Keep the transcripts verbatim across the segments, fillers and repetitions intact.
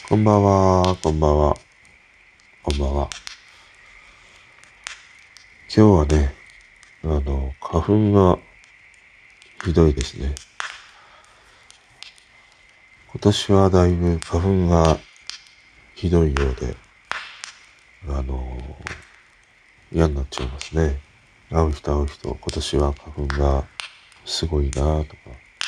こんばんは、こんばんは、こんばんは。今日はね、あの、花粉がひどいですね。今年はだいぶ花粉がひどいようで、あの、嫌になっちゃいますね。会う人会う人、今年は花粉がすごいなとか、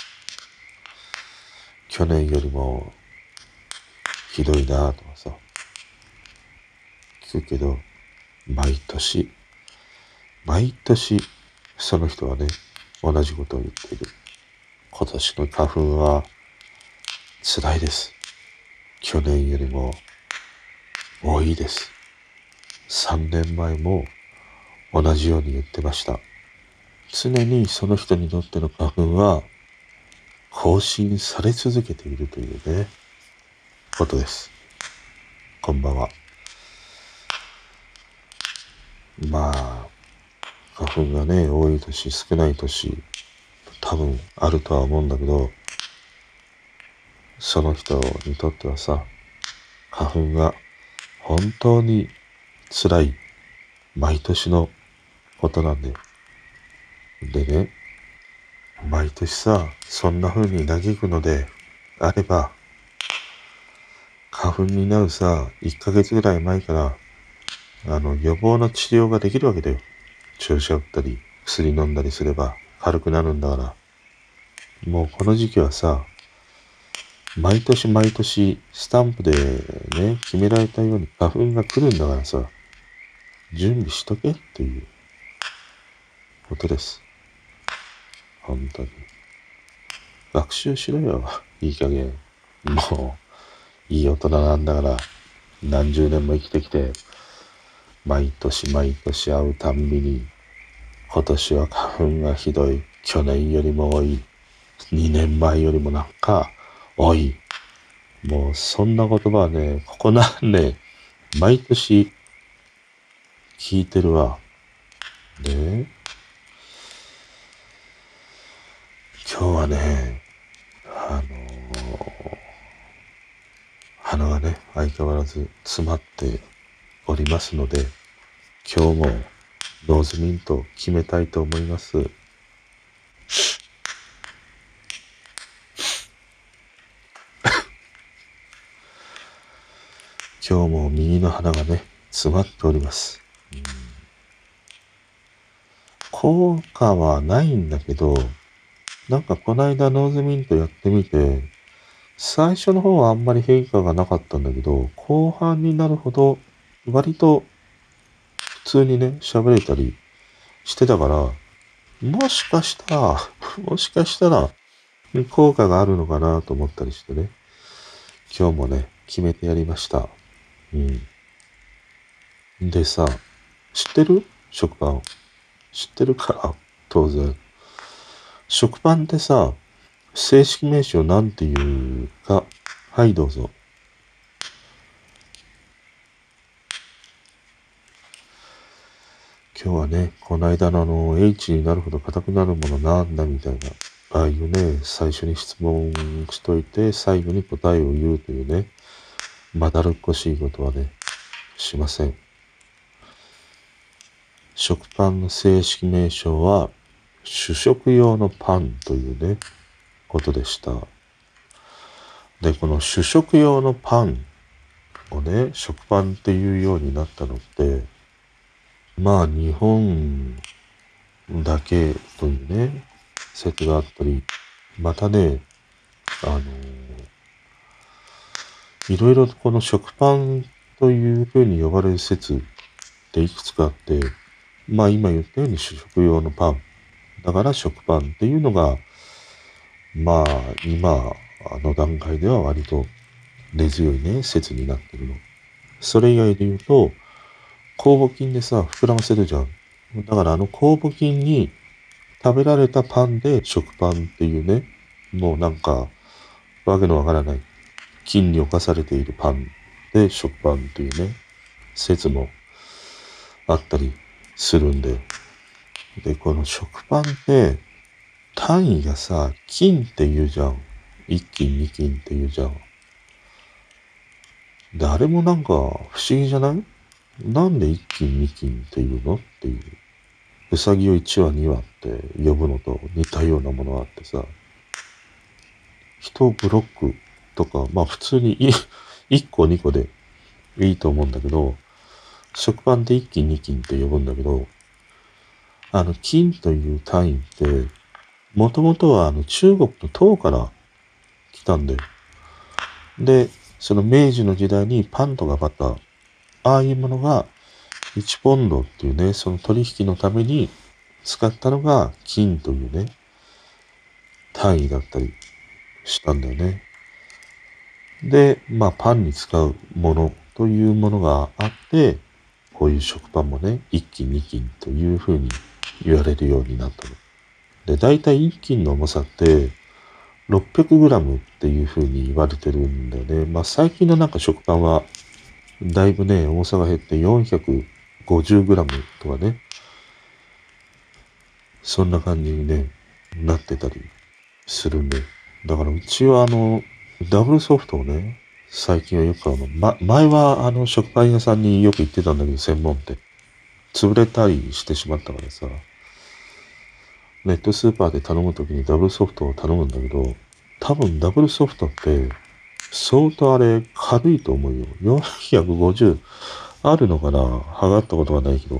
去年よりもひどいなとかさ、聞くけど、毎年、毎年、その人はね、同じことを言っている。今年の花粉は辛いです。去年よりも多いです。さんねんまえも同じように言ってました。常にその人にとっての花粉は更新され続けているというね、ことです。こんばんは。まあ、花粉がね、多い年、少ない年、多分あるとは思うんだけど、その人にとってはさ、花粉が本当に辛い毎年のことなんだよ。でね、毎年さ、そんな風に嘆くのであれば、花粉になるさ、いっかげつぐらい前から、あの、予防の治療ができるわけだよ。注射打ったり、薬飲んだりすれば軽くなるんだから。もうこの時期はさ、毎年毎年スタンプでね、決められたように花粉が来るんだからさ、準備しとけっていうことです。本当に。学習しろよ。いい加減。もう、いい大人なんだから、何十年も生きてきて、毎年毎年会うたんびに、今年は花粉がひどい。去年よりも多い。にねんまえよりもなんか多い。もうそんな言葉はね、ここ何年、毎年聞いてるわ。ね、今日はね、あのー、鼻がね、相変わらず詰まっておりますので、今日もノーズミント決めたいと思います。今日も右の鼻がね、詰まっております。うん、効果はないんだけど、なんかこないだノーズミントやってみて、最初の方はあんまり変化がなかったんだけど、後半になるほど割と普通にね、喋れたりしてたから、もしかしたら、もしかしたら効果があるのかなと思ったりしてね、今日もね、決めてやりました。うん。でさ、知ってる？食パン。知ってるから、当然。食パンってさ、正式名称なんていうか、はい、どうぞ。今日はね、この間のあの、H になるほど硬くなるものなんだみたいな、ああいうね、最初に質問しといて、最後に答えを言うというね、まだるっこしいことはね、しません。食パンの正式名称は、主食用のパンというね、ことでした。で、この主食用のパンをね、食パンっていうようになったのって、まあ日本だけというね、説があったり、またね、あのー、いろいろとこの食パンというふうに呼ばれる説っていくつかあって、まあ今言ったように主食用のパン。だから食パンっていうのが、まあ今あの段階では割と根強いね、説になってるの。それ以外で言うと、酵母菌でさ、膨らませるじゃん。だからあの酵母菌に食べられたパンで食パンっていうね、もうなんか、わけのわからない、菌に侵されているパンで食パンっていうね、説もあったりするんで。で、この食パンって、単位がさ、菌って言うじゃん。一斤二斤って言うじゃん。 で、あれもなんか不思議じゃない？なんで一斤二斤っていうのっていう。うさぎをいちわにわって呼ぶのと似たようなものがあってさ、一ブロックとか、まあ普通にいいっこにこでいいと思うんだけど、食パンで一斤二斤って呼ぶんだけど、あの斤という単位って、もともとはあの中国の唐から来たんだよ。で、その明治の時代にパンとかバター、ああいうものがいちポンドっていうね、その取引のために使ったのが金というね、単位だったりしたんだよね。で、まあパンに使うものというものがあって、こういう食パンもね、いっ斤に斤というふうに言われるようになったの。で、だいたいいっ斤の重さって ろっぴゃくグラム っていうふうに言われてるんだよね。まあ最近のなんか食パンはだいぶね、重さが減って よんひゃくごじゅうグラム とかね、そんな感じにね、なってたりするんで。だからうちはあの、ダブルソフトをね、最近はよくあの、ま、前はあの、食パン屋さんによく行ってたんだけど、専門店。潰れたりしてしまったからさ、ネットスーパーで頼むときにダブルソフトを頼むんだけど、多分ダブルソフトって、相当あれ軽いと思うよ。よんひゃくごじゅうあるのかな？測ったことがないけど。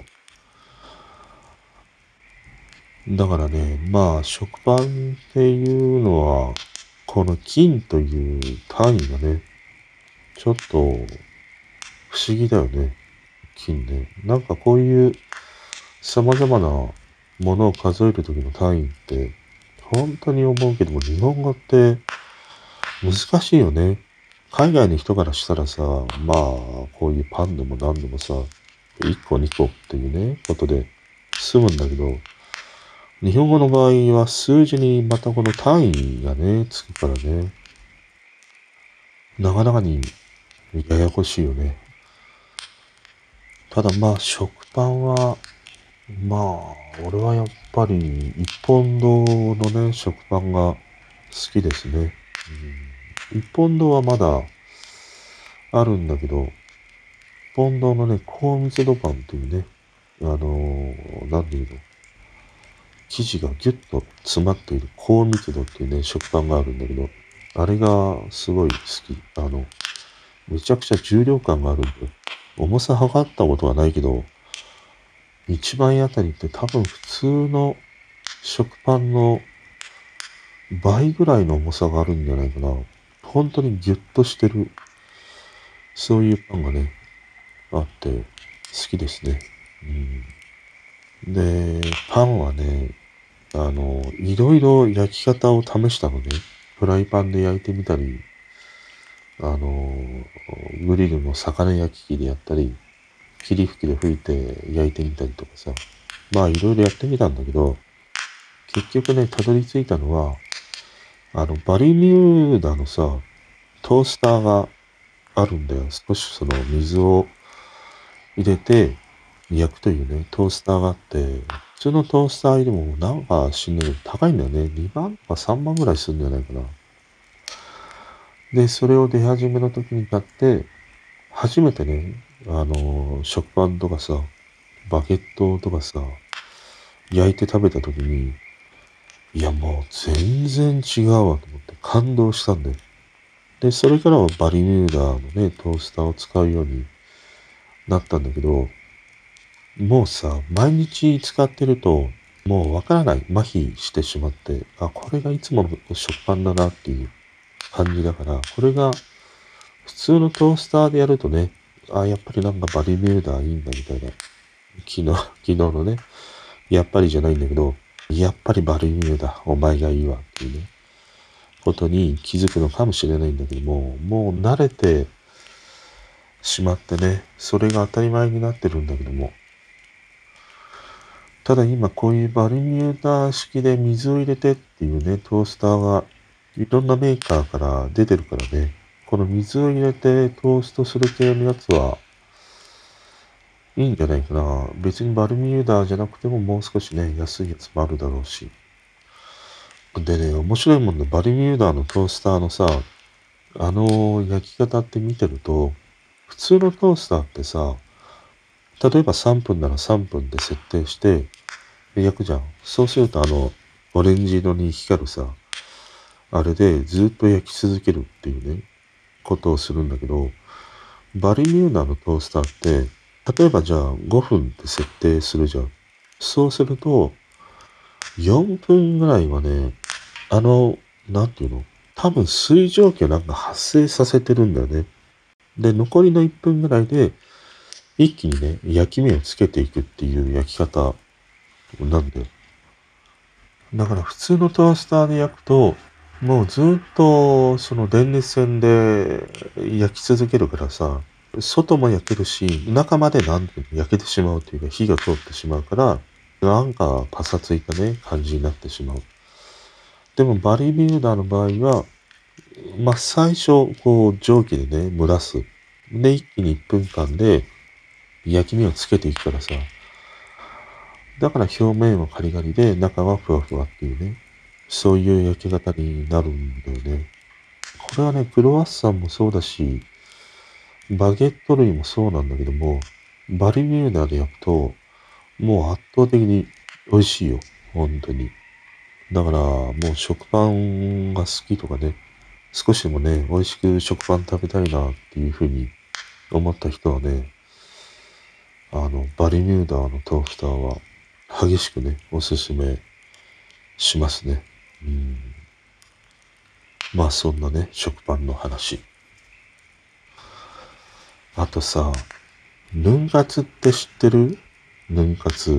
だからね、まあ、食パンっていうのは、この金という単位がね、ちょっと不思議だよね。金ね。なんかこういう様々なものを数えるときの単位って、本当に思うけども、日本語って難しいよね。海外の人からしたらさ、まあ、こういうパンでも何でもさ、いっこにこっていうね、ことで済むんだけど、日本語の場合は数字にまたこの単位がね、つくからね、なかなかにややこしいよね。ただまあ、食パンは、まあ、俺はやっぱり一本堂のね、食パンが好きですね。うん、一本堂はまだあるんだけど、一本堂のね、高密度パンっていうね、あのー、なんていうの、生地がギュッと詰まっている高密度っていうね、食パンがあるんだけど、あれがすごい好き。あの、めちゃくちゃ重量感があるんで、重さ測ったことはないけど、一枚あたりって多分普通の食パンの倍ぐらいの重さがあるんじゃないかな。本当にギュッとしてる、そういうパンがね、あって好きですね。うん、で、パンはね、あの、いろいろ焼き方を試したのね。フライパンで焼いてみたり、あの、グリルの魚焼き器でやったり、霧吹きで吹いて焼いてみたりとかさ。まあいろいろやってみたんだけど、結局ね、たどり着いたのは、あの、バルミューダのさ、トースターがあるんだよ。少しその水を入れて焼くというね、トースターがあって、普通のトースターよりもなんか死んでる高いんだよね。にまんかさんまんぐらいするんじゃないかな。で、それを出始めの時に買って、初めてね、あの、食パンとかさ、バゲットとかさ、焼いて食べた時に、いやもう全然違うわと思って感動したんだよ。で、それからはバリミューダのね、トースターを使うようになったんだけど、もうさ、毎日使ってると、もうわからない。麻痺してしまって、あ、これがいつもの食パンだなっていう感じだから、これが普通のトースターでやるとね、あ、やっぱりなんかバリミューダーいいんだみたいな。昨日、昨日のね、やっぱりじゃないんだけど、やっぱりバリミューダー、お前がいいわっていうね、ことに気づくのかもしれないんだけども、もう慣れてしまってね、それが当たり前になってるんだけども、ただ今こういうバルミューダ式で水を入れてっていうね、トースターがいろんなメーカーから出てるからね、この水を入れてトーストする系のやつはいいんじゃないかな。別にバルミューダじゃなくてももう少しね、安いやつもあるだろうし。でね、面白いもんで、バルミューダのトースターのさ、あの焼き方って見てると、 普通のトースターってさ、例えばさんぷんならさんぷんで設定して焼くじゃん。そうするとあの、オレンジ色に光るさ、あれでずっと焼き続けるっていうね、ことをするんだけど、バルミューダのトースターって、例えばじゃあごふんって設定するじゃん。そうすると、よんぷんぐらいはね、あの、なんていうの多分水蒸気をなんか発生させてるんだよね。で、残りのいっぷんぐらいで、一気にね、焼き目をつけていくっていう焼き方なんだよ。だから普通のトースターで焼くと、もうずっとその電熱線で焼き続けるからさ、外も焼けるし、中までなんていうの焼けてしまうというか火が通ってしまうから、なんかパサついたね、感じになってしまう。でもバリビューダーの場合は、まあ、最初、こう蒸気でね、蒸らす。で、一気にいっぷんかんで焼き目をつけていくからさ、だから表面はカリカリで中はふわふわっていうね、そういう焼き方になるんだよね。これはね、クロワッサンもそうだし、バゲット類もそうなんだけども、バルミューダで焼くと、もう圧倒的に美味しいよ。本当に。だから、もう食パンが好きとかね、少しでもね、美味しく食パン食べたいなっていうふうに思った人はね、あの、バルミューダのトースターは激しくね、おすすめしますね。うん。まあそんなね、食パンの話。あとさ、ヌン活って知ってる？ヌン活。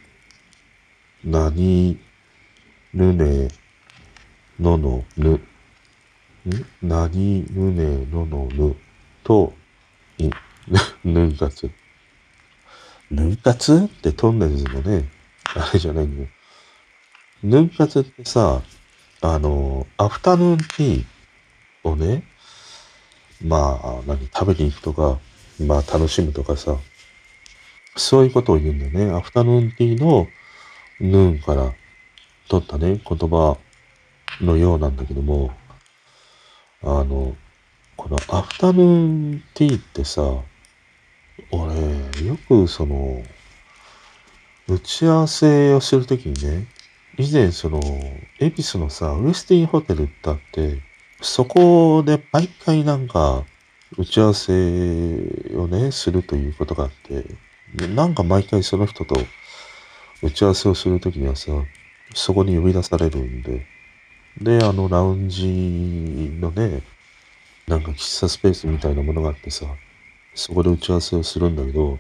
何、ぬね、ののぬ。ん何、ぬね、ののぬ。と、い、ヌン活。ヌン活ってトンネルズのね、あれじゃないんだよ。ヌン活ってさ、あの、アフタヌーンティーをね、まあ、何、食べに行くとか、まあ楽しむとかさ、そういうことを言うんだよね。アフタヌーンティーのヌーンから取ったね、言葉のようなんだけども、あの、このアフタヌーンティーってさ、俺、よくその、打ち合わせをするときにね、以前その、恵比寿のさ、ウエスティンホテルってあって、そこで毎回なんか、打ち合わせをね、するということがあって、でなんか毎回その人と打ち合わせをするときにはさ、そこに呼び出されるんで、で、あの、ラウンジのね、なんか喫茶スペースみたいなものがあってさ、そこで打ち合わせをするんだけど、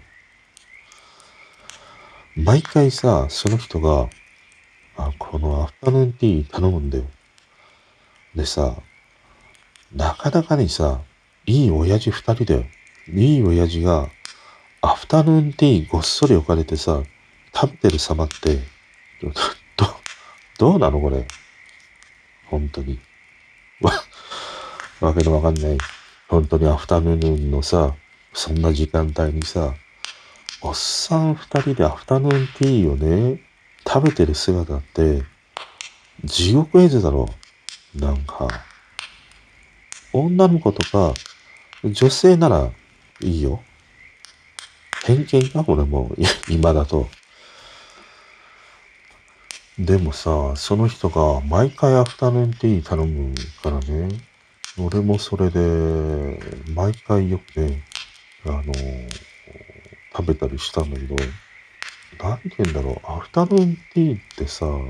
毎回さ、その人が、あ、このアフタヌーンティー頼むんだよ。でさ、なかなかにさ、いい親父二人だよ。いい親父が、アフタヌーンティーごっそり置かれてさ、食べてる様って、ど、ど、どうなのこれ。本当に。わ、わけのわかんない。本当にアフタヌーンのさ、そんな時間帯にさ、おっさん二人でアフタヌーンティーをね、食べてる姿って、地獄絵図だろ。なんか、女の子とか、女性ならいいよ。偏見かこれも、い今だと。でもさ、その人が毎回アフタヌーンティー頼むからね。俺もそれで、毎回よくね、あの食べたりしたんだけど、なんて言うんだろう、アフタヌーンティーってさ、うん、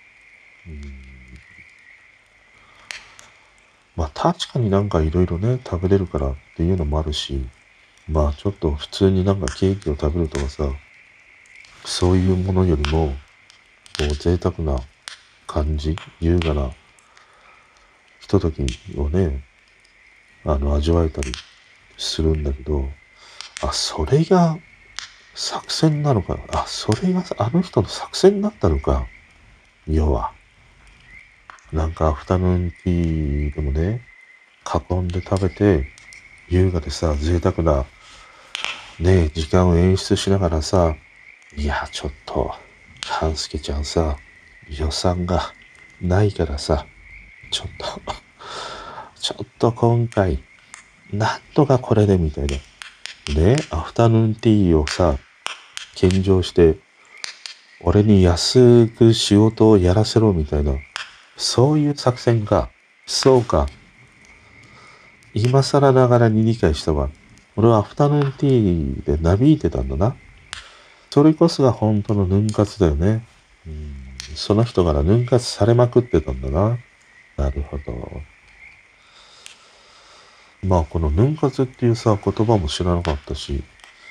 まあ確かになんかいろいろね、食べれるからっていうのもあるし、まあちょっと普通になんかケーキを食べるとかさ、そういうものよりも、こう贅沢な感じ、優雅なひとときをね、あの、味わえたりするんだけど、あ、それが作戦なのか。あ、それがあの人の作戦だったのか。要は。なんかアフタヌーンティーでもね、囲んで食べて、優雅でさ、贅沢な、ね、時間を演出しながらさ、いや、ちょっと、半助ちゃんさ、予算がないからさ、ちょっと、ちょっと今回、なんとかこれでみたいな。 ね、アフタヌーンティーをさ、献上して、俺に安く仕事をやらせろみたいな、そういう作戦か。そうか。今更ながらに理解したわ。俺はアフタヌーンティーでなびいてたんだな。それこそが本当のヌン活だよね。うん、その人からヌン活されまくってたんだな。なるほど。まあこのヌン活っていうさ、言葉も知らなかったし、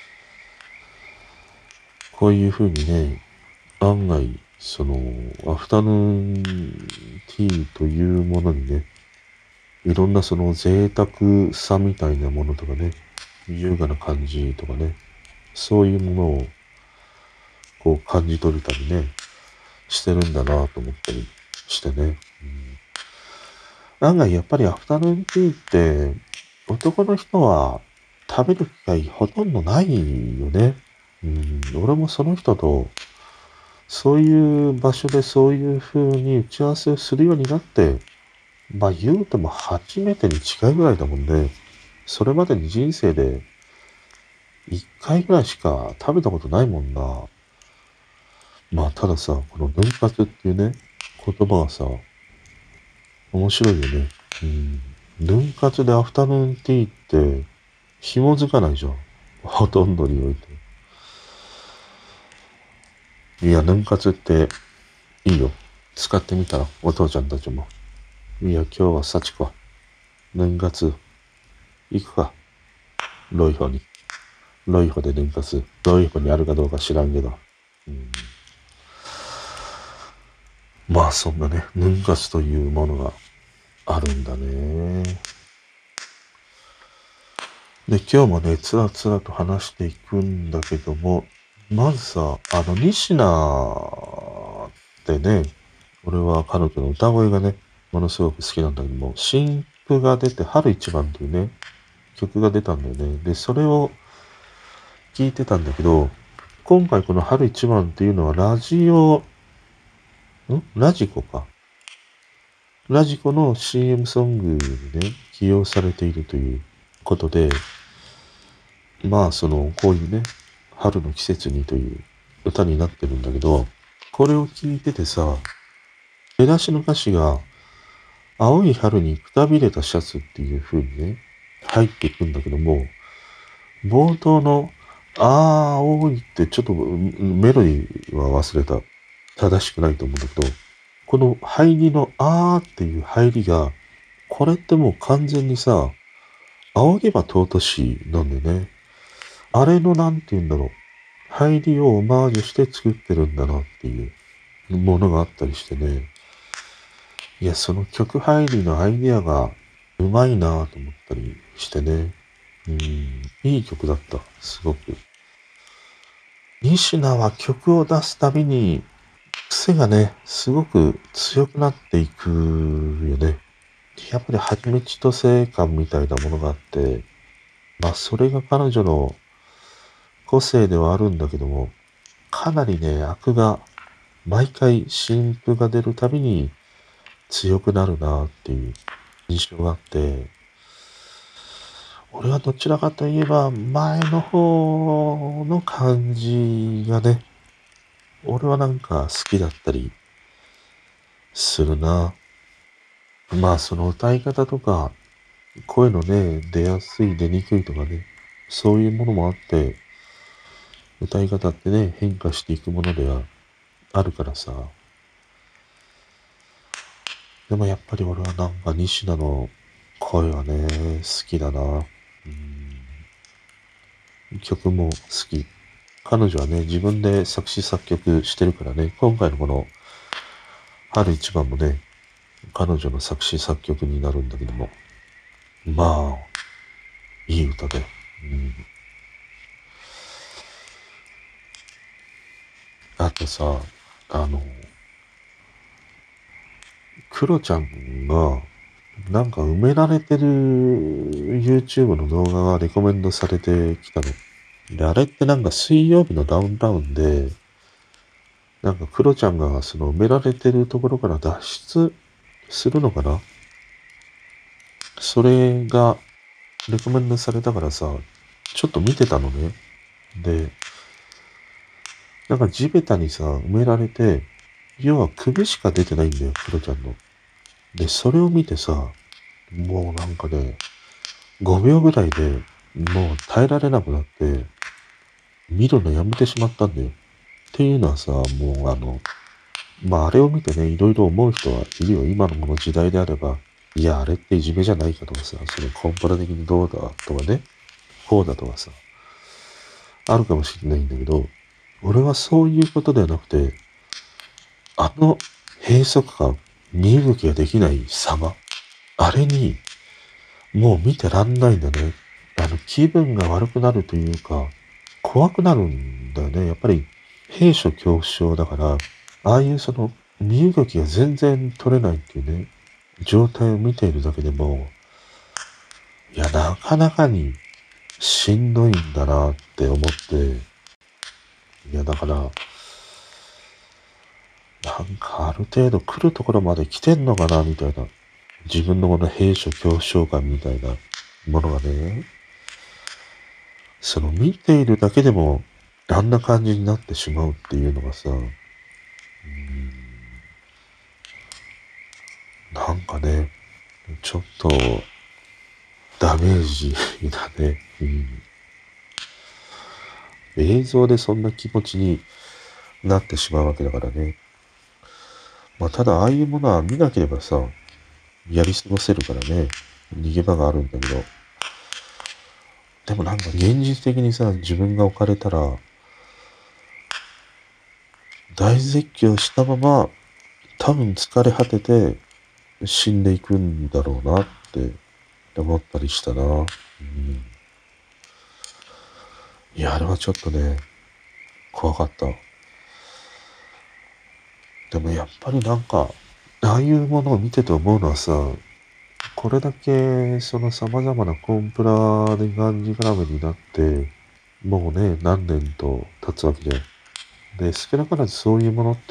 こういう風にね、案外、その、アフタヌーンティーというものにね、いろんなその贅沢さみたいなものとかね、優雅な感じとかね、そういうものをこう感じ取れたりね、してるんだなと思ったりしてね。うん、案外やっぱりアフタヌーンティーって男の人は食べる機会ほとんどないよね。うん、俺もその人とそういう場所でそういう風に打ち合わせをするようになって、まあ言うても初めてに近いぐらいだもんね。それまでに人生で一回ぐらいしか食べたことないもんな。まあたださ、このヌン活っていうね、言葉がさ、面白いよね。うん。ヌン活でアフタヌーンティーって紐づかないじゃん。ほとんどにおいて。いや、ヌン活っていいよ。使ってみたら、お父ちゃんたちも。いや、今日は幸子。ヌン活、行くか。ロイホに。ロイホでヌン活。ロイホにあるかどうか知らんけど。うん、まあ、そんなね、ヌン活というものがあるんだね。で、今日もね、つらつらと話していくんだけども、まずさ、あの、仁科ってね、俺は彼女の歌声がね、ものすごく好きなんだけども、新譜が出て、春一番っていうね、曲が出たんだよね。で、それを聞いてたんだけど、今回この春一番っていうのはラジオ、んラジコか。ラジコの シーエム ソングにね、起用されているということで、まあその、こういうね、春の季節にという歌になってるんだけど、これを聞いててさ、出だしの歌詞が、青い春にくたびれたシャツっていう風にね、入っていくんだけども、冒頭の、あー、青いってちょっとメロディーは忘れた。正しくないと思うんだけど、この入りのあーっていう入りが、これってもう完全にさ、仰げば尊しなんだよね。あれのなんて言うんだろう。入りをオマージュして作ってるんだなっていうものがあったりしてね。いや、その曲入りのアイデアがうまいなぁと思ったりしてね。うん、いい曲だった。すごく。仁科は曲を出すたびに癖がね、すごく強くなっていくよね。やっぱりはちみつとせ感みたいなものがあって、まあそれが彼女の個性ではあるんだけども、かなりね、悪が毎回新譜が出るたびに強くなるなっていう印象があって、俺はどちらかといえば前の方の感じがね、俺はなんか好きだったりするな。まあその歌い方とか、声のね、出やすい出にくいとかね、そういうものもあって、歌い方ってね、変化していくものではあるからさ。でもやっぱり俺はなんか西田の声はね、好きだな。うん、曲も好き。彼女はね、自分で作詞作曲してるからね、今回のこの春一番もね、彼女の作詞作曲になるんだけども、まあ、いい歌だよ。うん、あとさ、あの、クロちゃんが、なんか埋められてる YouTube の動画がレコメンドされてきたの。で、あれってなんか水曜日のダウンタウンで、なんかクロちゃんがその埋められてるところから脱出するのかな。それがレコメンドされたからさ、 ちょっと見てたのね。で、なんか地べたにさ、埋められて、要は首しか出てないんだよ、クロちゃんの。で、それを見てさ、もうなんかね、ごびょうぐらいでもう耐えられなくなって、見るのやめてしまったんだよ。っていうのはさ、もうあの、まああれを見てね、いろいろ思う人はいるよ。今のこの時代であれば、いや、あれっていじめじゃないかとかさ、そのコンプラ的にどうだとかね、こうだとかさ、あるかもしれないんだけど、俺はそういうことではなくて、あの閉塞感、身動きができない様、あれにもう見てらんないんだね。あの気分が悪くなるというか、怖くなるんだよね。やっぱり閉所恐怖症だから、ああいうその身動きが全然取れないっていうね、状態を見ているだけでも、いや、なかなかにしんどいんだなって思って、いや、だから、なんかある程度来るところまで来てんのかなみたいな。自分のこの閉所恐怖症感みたいなものがね、その見ているだけでもあんな感じになってしまうっていうのがさ、うーん、なんかね、ちょっとダメージだね。うん、映像でそんな気持ちになってしまうわけだからね。まあただああいうものは見なければさ、やり過ごせるからね、逃げ場があるんだけど、でもなんか現実的にさ、自分が置かれたら、大絶叫したまま、多分疲れ果てて死んでいくんだろうなって思ったりしたな。うん、いや、あれはちょっとね、怖かった。でもやっぱりなんか、ああいうものを見てて思うのはさ、これだけその様々なコンプラでがんじがらめになって、もうね、何年と経つわけで。で、少なからずそういうものって、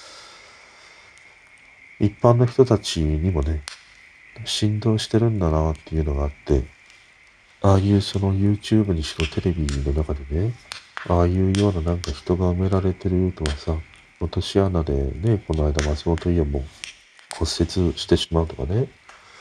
一般の人たちにもね、振動してるんだなっていうのがあって、ああいうその YouTube にしろテレビの中でね、ああいうようななんか人が埋められてるとかさ、落とし穴でね、この間松本伊代も骨折してしまうとかね、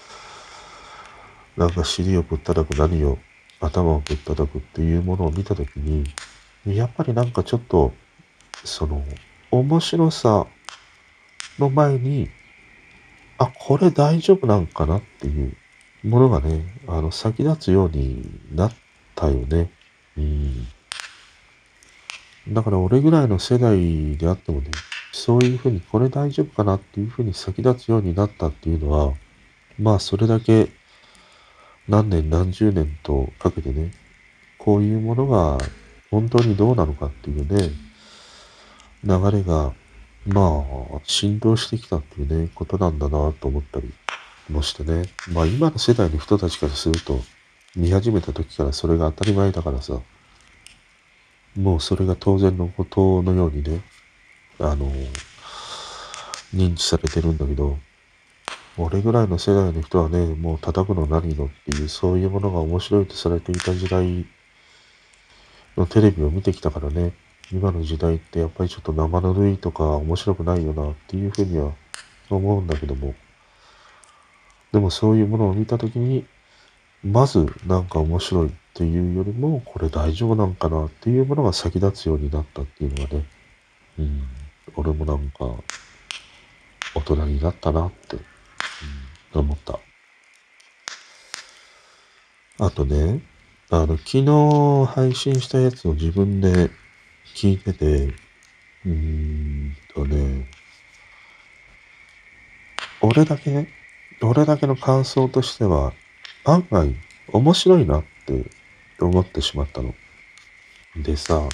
なんか尻をぶったたく何を頭をぶったたくっていうものを見たときに、やっぱりなんかちょっと、その、面白さの前に、あ、これ大丈夫なんかなっていうものがね、あの、先立つようになったよね。うん。だから俺ぐらいの世代であってもね、そういうふうにこれ大丈夫かなっていうふうに先立つようになったっていうのは、まあそれだけ何年何十年とかけてね、こういうものが本当にどうなのかっていうね、流れが、まあ、浸透してきたっていうね、ことなんだなと思ったりもしてね。まあ今の世代の人たちからすると、見始めた時からそれが当たり前だからさ、もうそれが当然のことのようにね、あの、認知されてるんだけど、俺ぐらいの世代の人はね、もう叩くの何のっていう、そういうものが面白いとされていた時代のテレビを見てきたからね、今の時代ってやっぱりちょっと生ぬるいとか面白くないよなっていうふうには思うんだけども、でもそういうものを見たときに、まずなんか面白いっていうよりも、これ大丈夫なんかなっていうものが先立つようになったっていうのがね、うん、俺もなんか大人になったなって、うん、思った。あとね、あの、昨日配信したやつを自分で聞いてて、うーんとね、俺だけね、俺だけの感想としては、案外面白いなって思ってしまったの。でさ、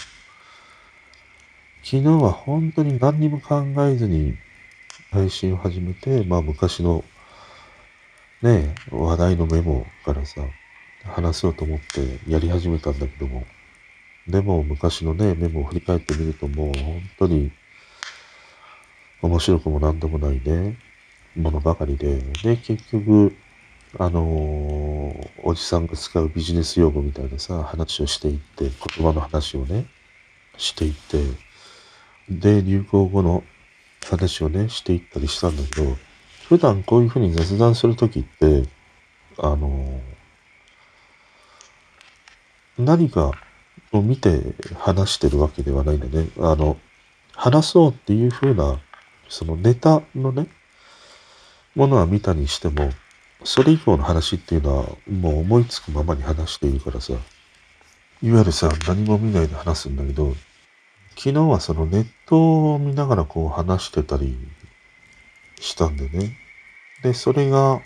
昨日は本当に何にも考えずに配信を始めて、まあ昔のね、話題のメモからさ、話そうと思ってやり始めたんだけども、でも昔のね、メモを振り返ってみるともう本当に面白くもなんでもないね、ものばかりで、で、結局、あのおじさんが使うビジネス用語みたいなさ、話をしていって、言葉の話をね、していって、で、流行語の話をね、していったりしたんだけど、普段こういうふうに雑談するときって、あの、何かを見て話してるわけではないんだね。あの、話そうっていうふうな、そのネタのね、ものは見たにしても、それ以降の話っていうのはもう思いつくままに話しているからさ、いわゆるさ、何も見ないで話すんだけど、昨日はそのネットを見ながらこう話してたりしたんでね。で、それが、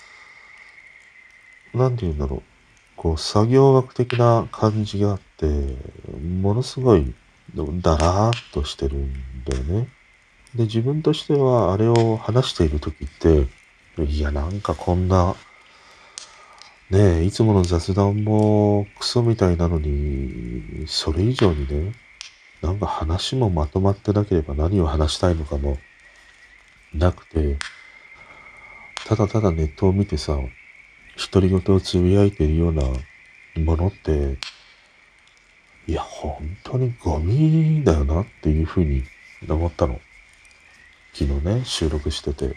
なんて言うんだろう。こう、作業学的な感じがあって、ものすごい、だらーっとしてるんだよね。で、自分としてはあれを話している時って、いや、なんかこんな、ねえ、いつもの雑談もクソみたいなのに、それ以上にね、なんか話もまとまってなければ何を話したいのかもなくて、ただただネットを見てさ、独り言をつぶやいているようなものって、いや、本当にゴミだよなっていうふうに思ったの。昨日ね、収録してて。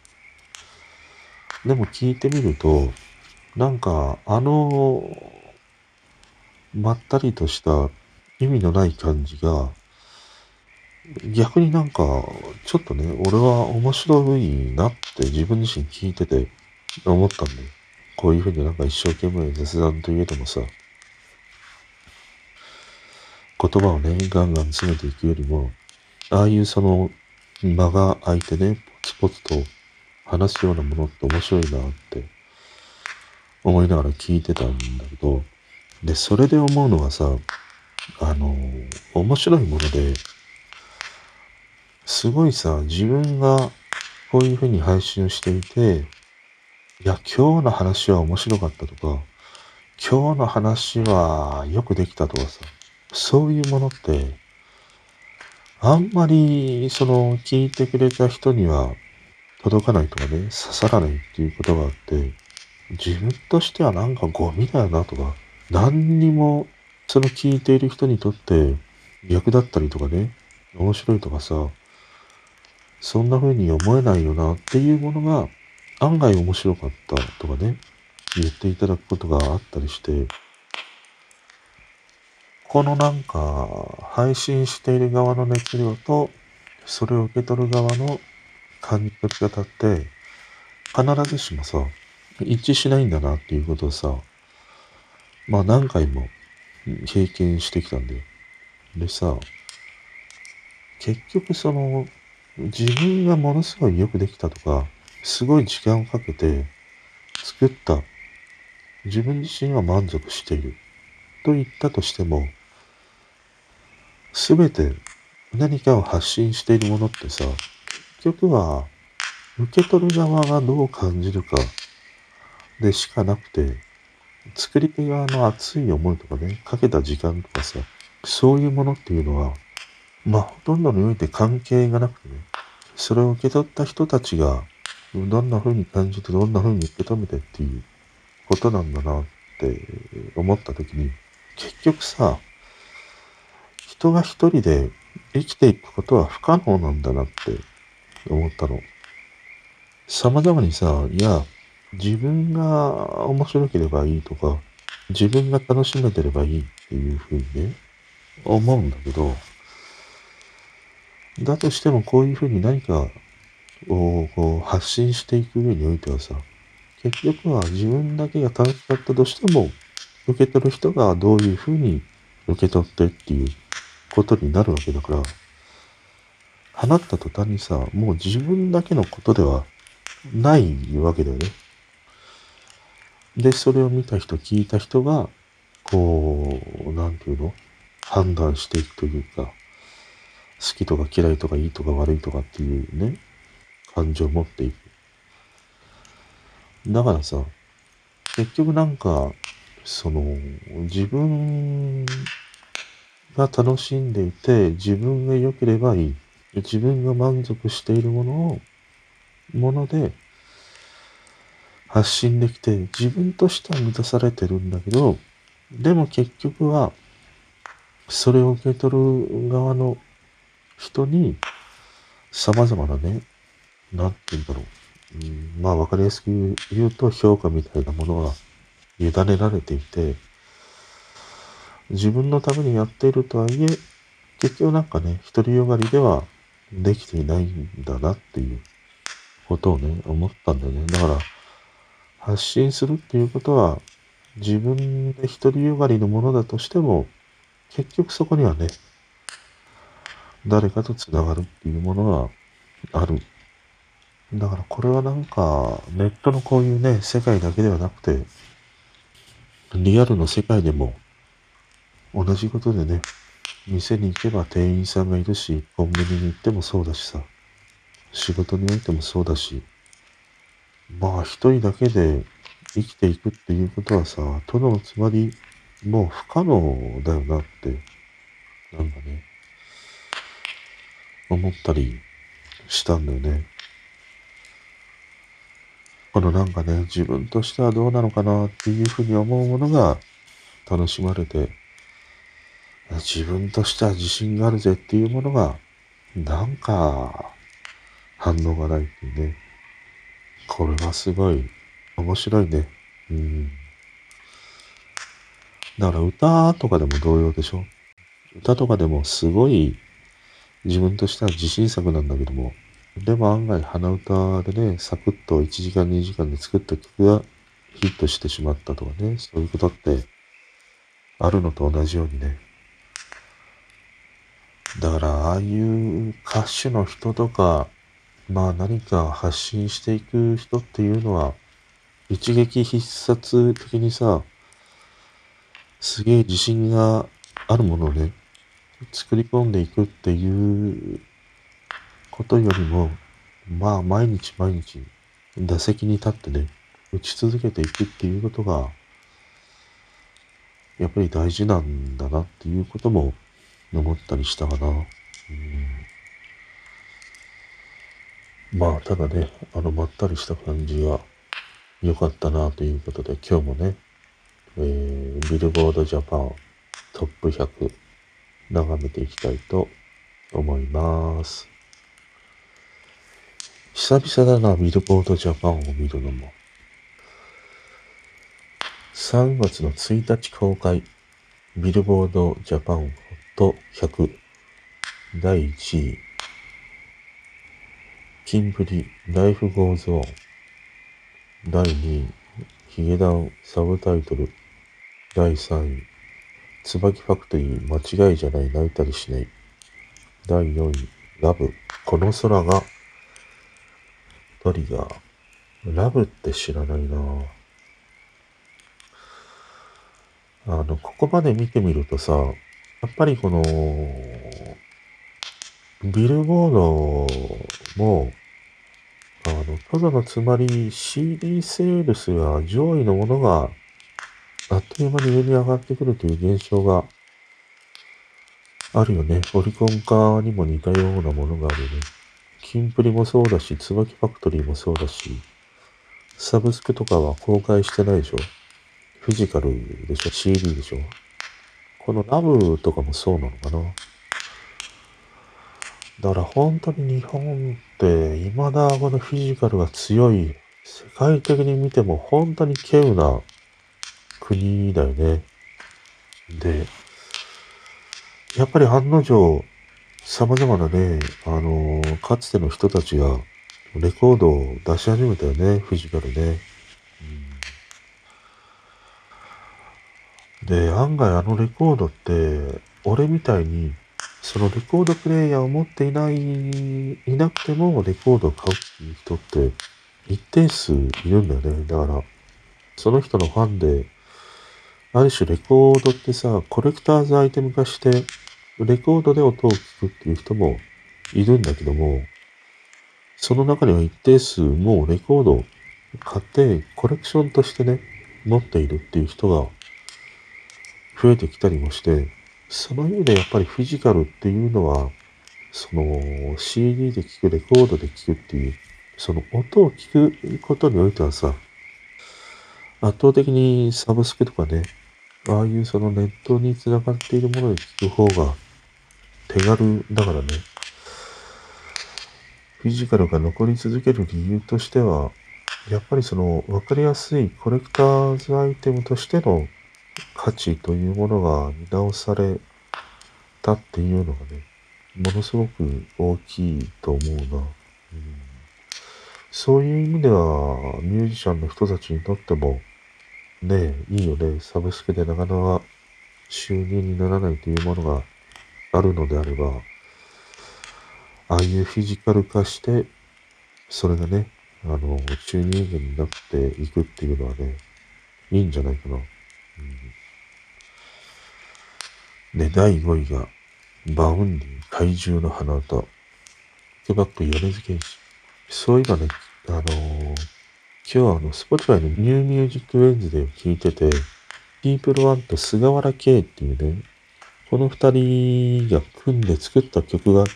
でも聞いてみると、なんか、あの、まったりとした意味のない感じが、逆になんか、ちょっとね、俺は面白いなって自分自身聞いてて思ったんだよ。こういうふうになんか一生懸命雑談といえどもさ、言葉をね、ガンガン詰めていくよりも、ああいうその間が空いてね、ポツポツと話すようなものって面白いなって思いながら聞いてたんだけど、で、それで思うのはさ、あの、面白いもので、すごいさ、自分がこういうふうに配信をしていて、いや、今日の話は面白かったとか、今日の話はよくできたとかさ、そういうものって、あんまり、その、聞いてくれた人には届かないとかね、刺さらないっていうことがあって、自分としてはなんかゴミだよなとか、何にも、その聞いている人にとって役立ったりとかね、面白いとかさ、そんな風に思えないよなっていうものが案外面白かったとかね、言っていただくことがあったりして、このなんか配信している側の熱量とそれを受け取る側の感じ取り方って必ずしもさ、一致しないんだなっていうことをさ、まあ何回も経験してきたんだよ。でさ、結局その自分がものすごいよくできたとか、すごい時間をかけて作った自分自身は満足していると言ったとしても、すべて何かを発信しているものってさ、結局は受け取る側がどう感じるかでしかなくて、作り手側の熱い思いとかね、かけた時間とかさ、そういうものっていうのは、まあほとんどにおいて関係がなくてね、それを受け取った人たちが、どんな風に感じてどんな風に受け止めてっていうことなんだなって思った時に、結局さ、人が一人で生きていくことは不可能なんだなって思ったの。様々にさ、いや、自分が面白ければいいとか、自分が楽しめてればいいっていうふうにね、思うんだけど、だとしてもこういうふうに何かをこう発信していく上においてはさ、結局は自分だけが楽しかったとしても、受け取る人がどういうふうに受け取ってっていうことになるわけだから、放った途端にさ、もう自分だけのことではないわけだよね。で、それを見た人、聞いた人が、こう、なんていうの判断していくというか、好きとか嫌いとかいいとか悪いとかっていうね、感情を持っていく。だからさ、結局なんか、その、自分が楽しんでいて、自分が良ければいい。自分が満足しているものを、もので発信できて、自分としては満たされてるんだけど、でも結局は、それを受け取る側の人に、様々なね、なんて言うんだろう。うん、まあ、わかりやすく言うと、評価みたいなものが委ねられていて、自分のためにやっているとはいえ、結局なんかね、独りよがりではできていないんだなっていうことをね、思ったんだよね。だから、発信するっていうことは、自分で独りよがりのものだとしても、結局そこにはね、誰かと繋がるっていうものはある。だからこれはなんか、ネットのこういうね、世界だけではなくて、リアルの世界でも同じことでね、店に行けば店員さんがいるし、コンビニに行ってもそうだしさ、仕事においてもそうだし、まあ一人だけで生きていくっていうことはさ、とどのつまり、もう不可能だよなって、なんかね、思ったりしたんだよね。このなんかね、自分としてはどうなのかなっていうふうに思うものが楽しまれて、自分としては自信があるぜっていうものが、なんか反応がないっていうね。これはすごい面白いね。うん。だから歌とかでも同様でしょ。歌とかでもすごい自分としては自信作なんだけども、でも案外鼻歌でね、サクッといちじかんにじかんで作った曲がヒットしてしまったとかね、そういうことってあるのと同じようにね。だからああいう歌手の人とか、まあ何か発信していく人っていうのは、一撃必殺的にさ、すげえ自信があるものをね、作り込んでいくっていうことよりも、まあ毎日毎日打席に立ってね、打ち続けていくっていうことが、やっぱり大事なんだなっていうことも思ったりしたかな。うん、まあただね、あのまったりした感じが良かったなということで、今日もね、えー、ビルボードジャパントップひゃく眺めていきたいと思います。久々だな、ビルボードジャパンを見るのも。さんがつのついたち公開、ビルボードジャパンホットひゃくだいいちい、キンプリライフゴーズオンだいにい、ヒゲダンサブタイトルだいさんい、椿ファクトリー間違いじゃない泣いたりしないだいよんい、ラブこの空がトリガー。ラブって知らないなぁ。あの、ここまで見てみるとさ、やっぱりこの、ビルボードも、あの、ただのつまり シーディー セールスが上位のものがあっという間に上に上がってくるという現象があるよね。オリコン化にも似たようなものがあるよね。キンプリもそうだし、椿ファクトリーもそうだし、サブスクとかは公開してないでしょ。フィジカルでしょ。シーディー でしょ。このラブとかもそうなのかな。だから本当に日本って未だこのフィジカルが強い、世界的に見ても本当に稀有な国だよね。で、やっぱり案の定、様々なね、あのーかつての人たちがレコードを出し始めたよね、フィジカルね。で、案外あのレコードって、俺みたいに、そのレコードプレイヤーを持っていない、いなくてもレコードを買うっていう人って一定数いるんだよね。だから、その人のファンで、ある種レコードってさ、コレクターズアイテム化して、レコードで音を聴くっていう人もいるんだけども、その中には一定数もうレコードを買ってコレクションとしてね、持っているっていう人が増えてきたりもして、その意味でやっぱりフィジカルっていうのは、その シーディー で聴く、レコードで聴くっていう、その音を聴くことにおいてはさ、 圧倒的にサブスクとかね、ああいうそのネットに繋がっているもので聞く方が手軽だからね。フィジカルが残り続ける理由としては、やっぱりその分かりやすいコレクターズアイテムとしての価値というものが見直されたっていうのがね、ものすごく大きいと思うな。うん、そういう意味では、ミュージシャンの人たちにとっても、ねえ、いいよね。サブスクでなかなか収入にならないというものがあるのであれば、ああいうフィジカル化して、それがね、あの、収入源になっていくっていうのはね、いいんじゃないかな。うん、で、だいごいが、バウンディ怪獣の花歌、バック米津玄師。そういえばね、あのー、今日はあの、Spotify のニューミュージックウェンズデーを聞いてて、People Want と菅原圭っていうね、この二人が組んで作った曲があって、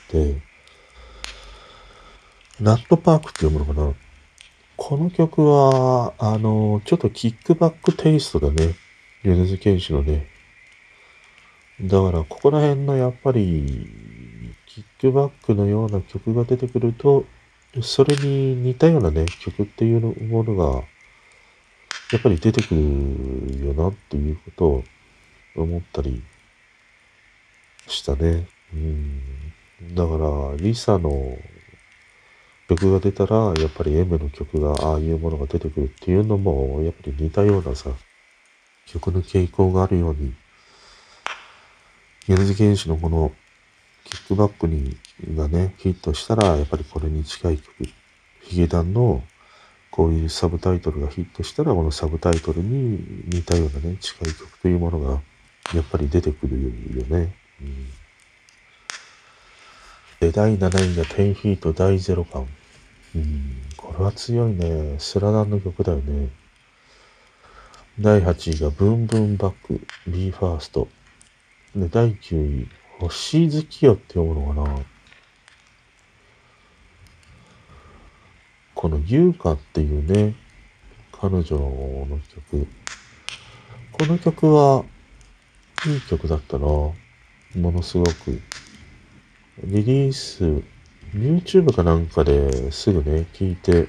ナットパークっていうものかな。この曲は、あの、ちょっとキックバックテイストだね。米津玄師のね。だから、ここら辺のやっぱり、キックバックのような曲が出てくると、それに似たようなね、曲っていうものが、やっぱり出てくるよなっていうことを思ったりしたね。うん。だから、リサの曲が出たら、やっぱり M の曲が、ああいうものが出てくるっていうのも、やっぱり似たようなさ、曲の傾向があるように、米津玄師のこのキックバックにがね、ヒットしたら、やっぱりこれに近い曲。ヒゲダンのこういうサブタイトルがヒットしたら、このサブタイトルに似たようなね、近い曲というものが、やっぱり出てくるよね。うん、で、だいなないがじゅうフィート大ゼロ感。うん、これは強いね。スラダンの曲だよね。だいはちいがブンブンバック、ビーファースト。で、だいきゅうい、星月夜って読むのかな。この優香っていうね、彼女の曲。この曲はいい曲だったな。ものすごく。リリース、YouTube かなんかですぐね、聴いて、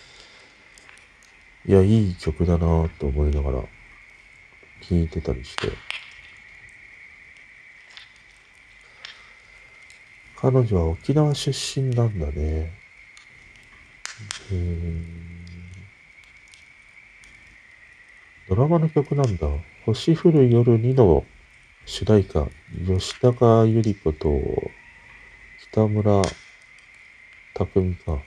いや、いい曲だなと思いながら聴いてたりして。彼女は沖縄出身なんだね。うーん。ドラマの曲なんだ。星降る夜にの主題歌、吉高由里子と北村匠海か。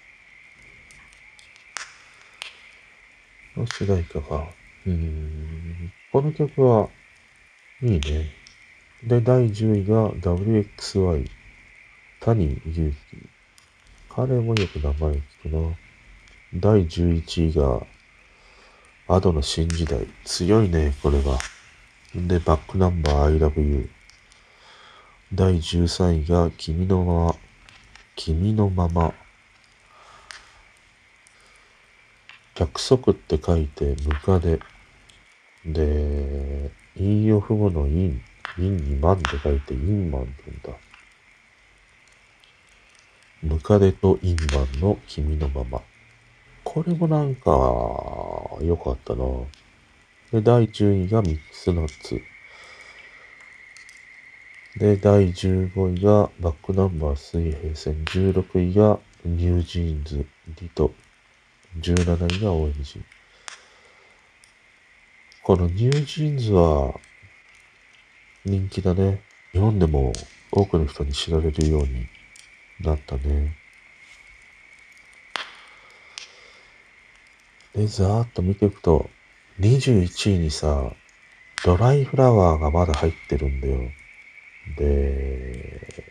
の主題歌か。うーん。この曲はいいね。で、だいじゅういが ダブリューエックスワイ、谷祐希。彼もよく名前聞くな。だいじゅういちいが、アドの新時代。強いね、これは。で、バックナンバー I love you。だいじゅうさんいが、君のまま。君のまま。約束って書いて、ムカデ。で、韻を踏むの韻。韻に万って書いて、韻万って言うんだ。ムカデとインマンの君のまま。これもなんか、良かったな。で、だいじゅういがミックスナッツ。で、だいじゅうごいがバックナンバー水平線。じゅうろくいがニュージーンズ、リト。じゅうなないが オーエムジー。このニュージーンズは人気だね。日本でも多くの人に知られるようになったね。で、ざーっと見ていくと、にじゅういちいにさ、ドライフラワーがまだ入ってるんだよ。で、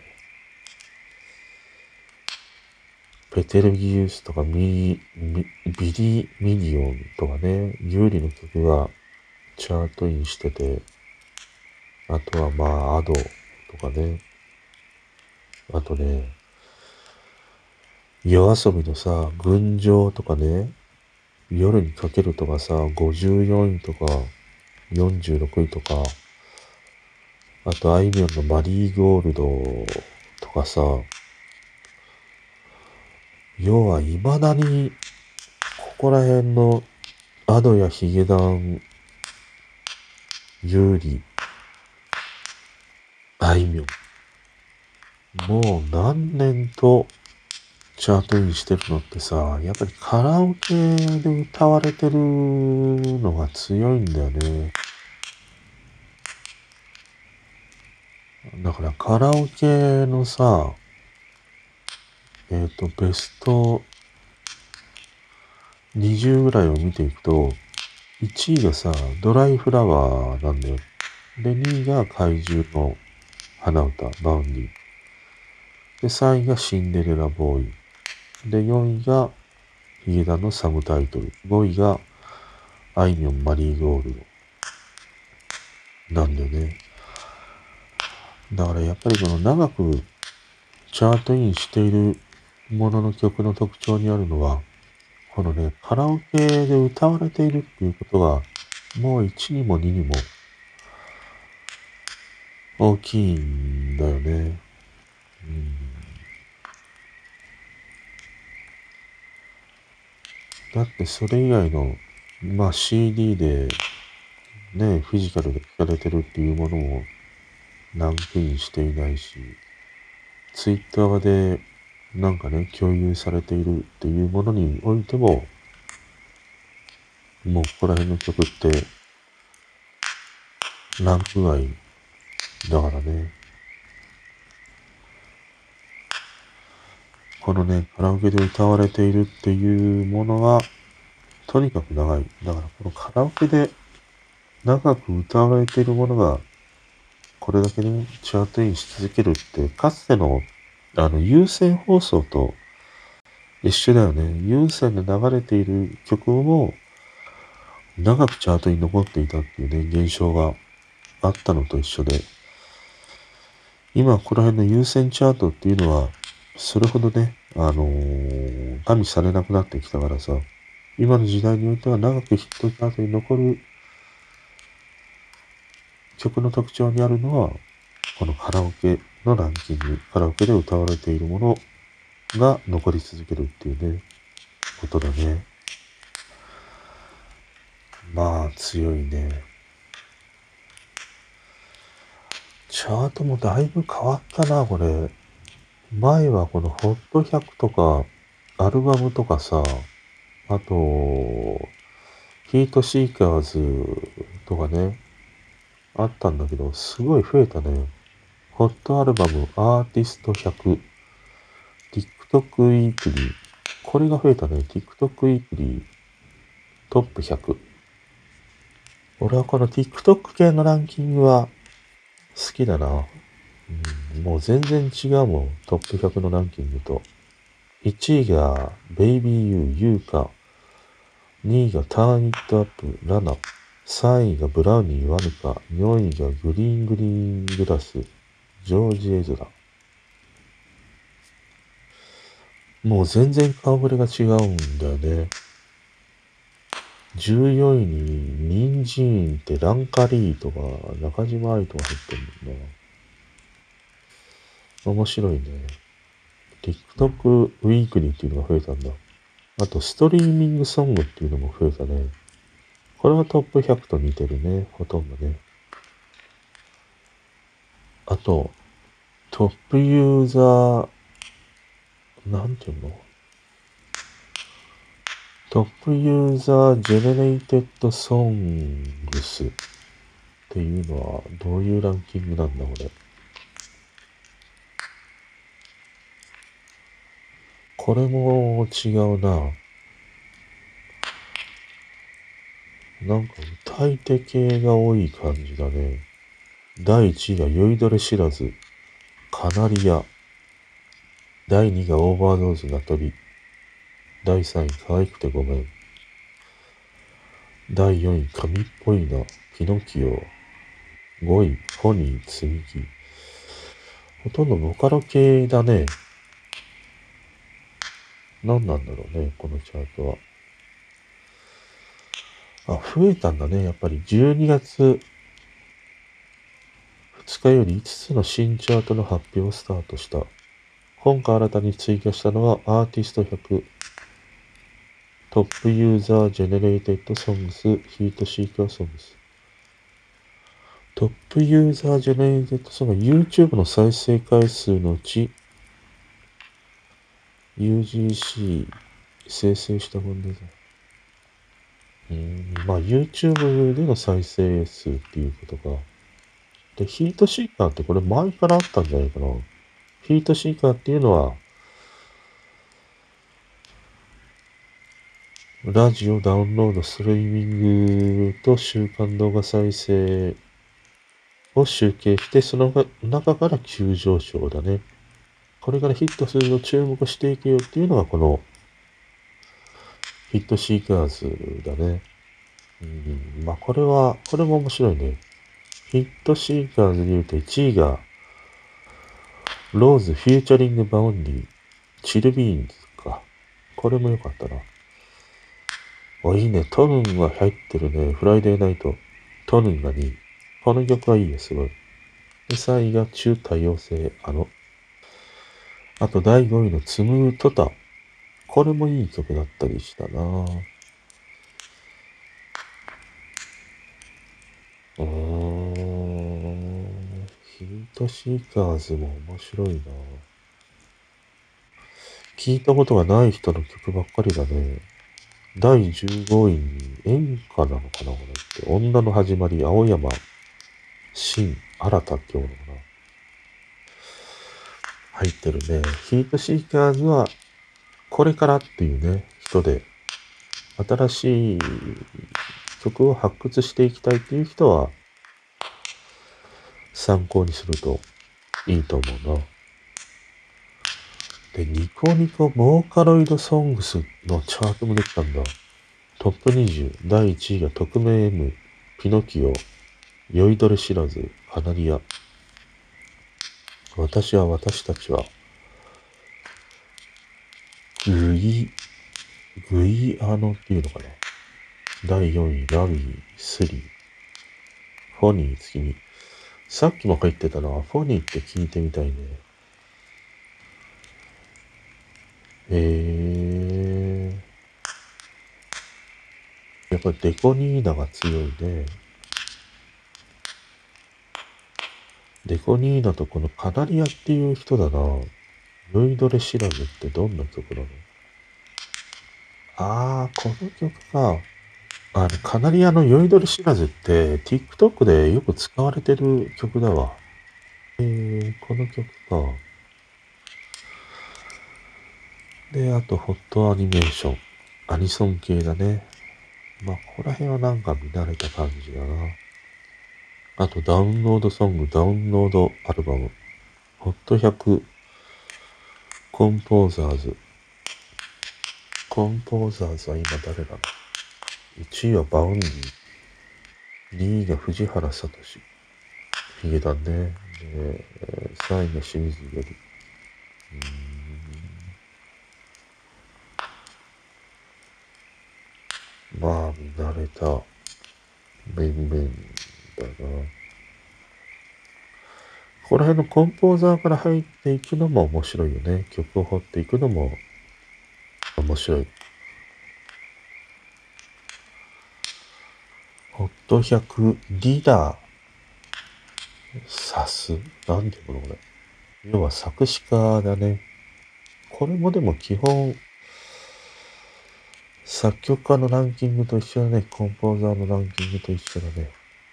ペテルギウスとかミミビリミニオンとかね、有利の曲がチャートインしてて、あとはまあ、アドとかね、あとね、夜遊びのさ、群青とかね、 夜にかけるとかさ、ごじゅうよんいとか、よんじゅうろくいとか、あとあいみょんのマリーゴールドとかさ、要は未だに、ここら辺のアドやヒゲダン、ユーリ、あいみょん、もう何年とチャートインしてるのってさ、やっぱりカラオケで歌われてるのが強いんだよね。だからカラオケのさ、えっと、ベストにじゅうぐらいを見ていくと、いちいがさ、ドライフラワーなんだよ。で、にいが怪獣の花歌、バウンディ。で、さんいがシンデレラボーイ。で、よんいがヒゲダンのサブタイトル。ごいがあいみょんマリーゴールド。なんだよね。だからやっぱりこの長くチャートインしているものの曲の特徴にあるのは、このね、カラオケで歌われているっていうことが、もういちにもににも大きいんだよね。うん、だってそれ以外の、まあ シーディー でね、フィジカルで聴かれてるっていうものもランクインしていないし、ツイッターでなんかね、共有されているっていうものにおいても、もうここら辺の曲ってランク外だからね。このね、カラオケで歌われているっていうものは、とにかく長い。だからこのカラオケで長く歌われているものが、これだけね、チャートインし続けるって、かつての、あの、有線放送と一緒だよね。有線で流れている曲も、長くチャートに残っていたっていうね、現象があったのと一緒で、今ここら辺の優先チャートっていうのは、それほどね、あのー、加味されなくなってきたからさ、今の時代においては長くヒットチャートに残る曲の特徴にあるのは、このカラオケのランキング、カラオケで歌われているものが残り続けるっていうね、ことだね。まあ、強いね。チャートもだいぶ変わったな、これ。前はこのホットひゃくとか、アルバムとかさ、あと、ヒートシーカーズとかね、あったんだけど、すごい増えたね。ホットアルバムアーティストひゃく、TikTok ウィークリー。これが増えたね。TikTok ウィークリートップひゃく。俺はこの TikTok 系のランキングは好きだな。うん、もう全然違うもん。トップひゃくのランキングと。いちいが Baby You 優香。にいがターンイットアップラナ。さんいがブラウニーワヌカ。よんいがグリーングリーングラス。ジョージ・エズラ。もう全然顔ぶれが違うんだよね。じゅうよんいにニンジーンってランカリーとか中島愛とか入ってるんだな。面白いね。TikTok ウィークリーっていうのが増えたんだ。あと、ストリーミングソングっていうのも増えたね。これはトップひゃくと似てるね。ほとんどね。あと、トップユーザー、なんていうのトップユーザージェネレイテッドソングスっていうのはどういうランキングなんだこれ。これも違うな。なんか歌い手系が多い感じだね。だいいちいが酔いどれ知らず、カナリア。だいにいがオーバードーズナトリ。だいさんい可愛くてごめん。だいよんい神っぽいな、ピノキオ。ごいホニー積み木。ほとんどボカロ系だね。何なんだろうね、このチャートは。 あ、増えたんだね。やっぱりじゅうにがつふつかよりいつつの新チャートの発表をスタートした。今回新たに追加したのはアーティストひゃく、トップユーザージェネレーテッドソングス、ヒートシーカーソングス。トップユーザージェネレーテッドソング、YouTube の再生回数のうち、ユージーシー 生成したものだ。うーん、まあ YouTube での再生数っていうことか。で、ヒートシーカーってこれ前からあったんじゃないかな。ヒートシーカーっていうのは、ラジオダウンロード、ストリーミングと週間動画再生を集計して、その中から急上昇だね。これからヒットするのを注目していけよっていうのがこのヒットシーカーズだね。うん、まあこれは、これも面白いね。ヒットシーカーズで言うといちいが、ローズフューチャリングバウンディ、チルビーンズか。これも良かったな。お、いいね。トヌンが入ってるね。フライデーナイト。トヌンがにい。この曲はいいよ、すごい。で、さんいが中多様性、あの。あとだいごいのツムートタ。これもいい曲だったりしたな。うーん。ヒートシーカーズも面白いな。聞いたことがない人の曲ばっかりだね。だいじゅうごいに演歌なのかなこれって。女の始まり、青山、新、新たって読むのかな入ってるね。ヒートシーカーズは、これからっていうね、人で、新しい曲を発掘していきたいっていう人は、参考にするといいと思うな。で、ニコニコボーカロイドソングスのチャートもできたんだ。トップにじゅう、だいいちいが匿名 M、ピノキオ、酔いどれ知らず、カナリア。私は私たちは、グイ、グイアノっていうのかな。だいよんい、ラビー、スリー、フォニー、次に。さっきも入ってたな。フォニーって聞いてみたいね。へえ。やっぱりデコニーナが強いね。デコニーナとこのカナリアっていう人だな。酔いどれ知らずってどんな曲なの？あー、この曲か。あの、カナリアの酔いどれ知らずって TikTok でよく使われてる曲だわ。えー、この曲か。で、あと、ホットアニメーション。アニソン系だね。まあ、ここら辺はなんか見慣れた感じだな。あと、ダウンロードソング、ダウンロードアルバム。ホットひゃく、コンポーザーズ。コンポーザーズは今誰なの？ いち 位はバウンディ。にいが藤原聡。ヒゲダンね。で、さんいが清水より。うーん、まあ、見慣れた面々だな。ここら辺のコンポーザーから入っていくのも面白いよね。曲を掘っていくのも面白い。ホットひゃくリーダー。サスなんていうのこれ。要は作詞家だね。これもでも基本、作曲家のランキングと一緒だね。コンポーザーのランキングと一緒だね。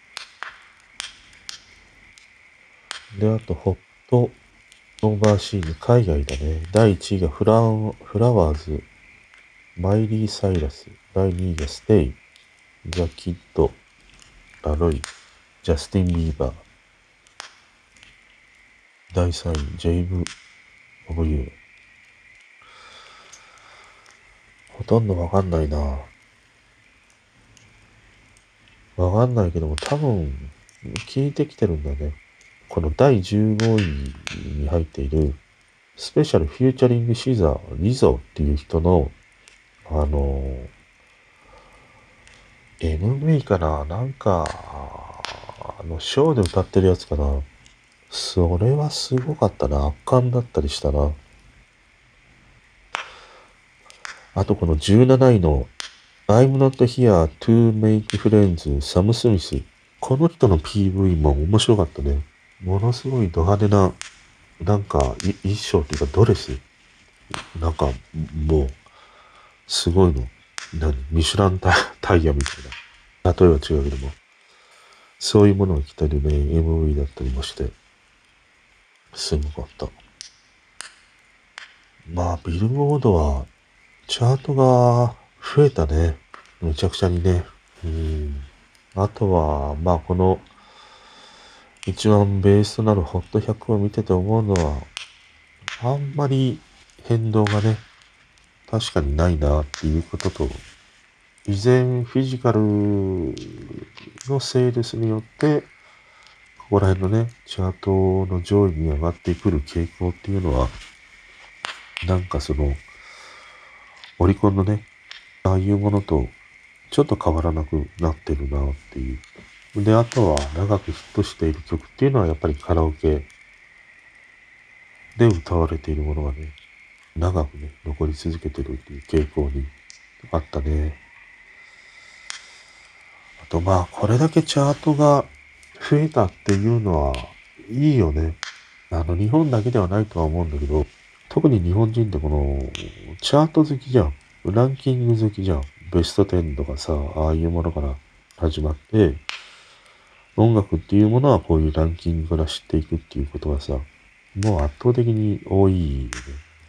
で、あと、ホットオーバーシーズ、海外だね。だいいちいがフラン、フラワーズ、マイリー・サイラス。だいにいがステイ、ザ・キッド、ラロイ、ジャスティン・ビーバー。だいさんい、ジェイブ・オブ・ユー。ほとんどわかんないな。わかんないけども、多分、聞いてきてるんだね。このだいじゅうごいに入っている、スペシャルフューチャリングシザー、リゾっていう人の、あのエムブイ かな、なんか、あの、ショーで歌ってるやつかな。それはすごかったな。圧巻だったりしたな。あとこのじゅうなないの I'm not here to make friends サム・スミス。この人の ピーブイ も面白かったね。ものすごいド派手な、なんか、衣装っていうかドレス。なんか、もう、すごいの。何ミシュランタタイヤみたいな。例えば違うけども。そういうものを着てるね、エムブイ だったりもして、すごかった。まあ、ビルボードは、チャートが増えたね。むちゃくちゃにね。うん。あとは、まあ、この、一番ベースとなるホットひゃくを見てて思うのは、あんまり変動がね、確かにないなっていうことと、依然フィジカルのセールスによって、ここら辺のね、チャートの上位に上がってくる傾向っていうのは、なんかその、オリコンのね、ああいうものとちょっと変わらなくなってるなっていう。で、あとは長くヒットしている曲っていうのはやっぱりカラオケで歌われているものがね、長くね、残り続けてるっていう傾向にあったね。あとまあ、これだけチャートが増えたっていうのはいいよね。あの、日本だけではないとは思うんだけど、特に日本人ってこの、チャート好きじゃん。ランキング好きじゃん。ベストテンとかさ、ああいうものから始まって、音楽っていうものはこういうランキングから知っていくっていうことがさ、もう圧倒的に多いよね。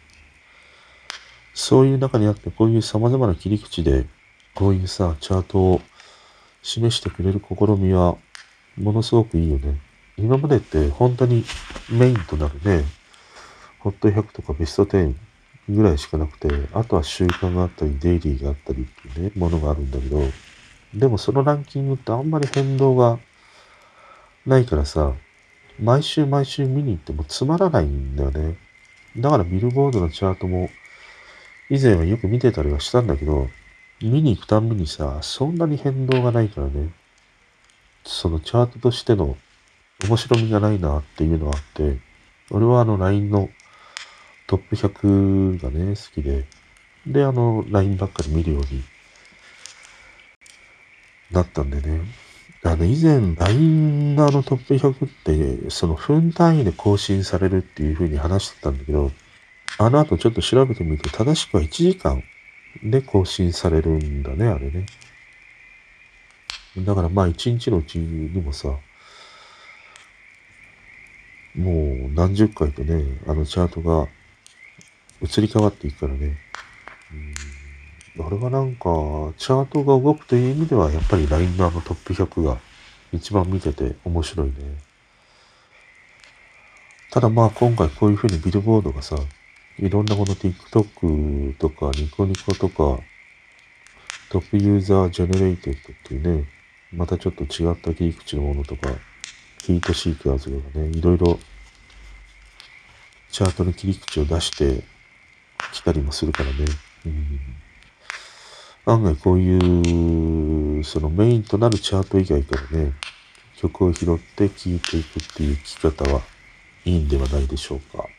そういう中にあってこういう様々な切り口で、こういうさ、チャートを示してくれる試みは、ものすごくいいよね。今までって本当にメインとなるね、ホットひゃくとかベストテンぐらいしかなくて、あとは週間があったり、デイリーがあったりっていうね、ものがあるんだけど、でもそのランキングってあんまり変動がないからさ、毎週毎週見に行ってもつまらないんだよね。だからビルボードのチャートも以前はよく見てたりはしたんだけど、見に行くたんびにさ、そんなに変動がないからね、そのチャートとしての面白みがないなっていうのがあって、俺はあの ライン のトップひゃくがね、好きで、で、あの ライン ばっかり見るようになったんでね。あの、以前 ライン のあのトップひゃくって、その分単位で更新されるっていう風に話してたんだけど、あの後ちょっと調べてみると、正しくはいちじかんで更新されるんだね、あれね。だからまあいちにちのうちにもさ、もう何十回とね、あのチャートが移り変わっていくからね。うん、あれはなんか、チャートが動くという意味では、やっぱり ライン のあのトップひゃくが一番見てて面白いね。ただまあ今回こういうふうにビルボードがさ、いろんなこの TikTok とかニコニコとかトップユーザージェネレイテッドっていうね、またちょっと違った切り口のものとか、ヒートシークアーズとかね、いろいろチャートの切り口を出してきたりもするからね。うん、案外こういう、そのメインとなるチャート以外からね、曲を拾って聴いていくっていう聴き方はいいんではないでしょうか。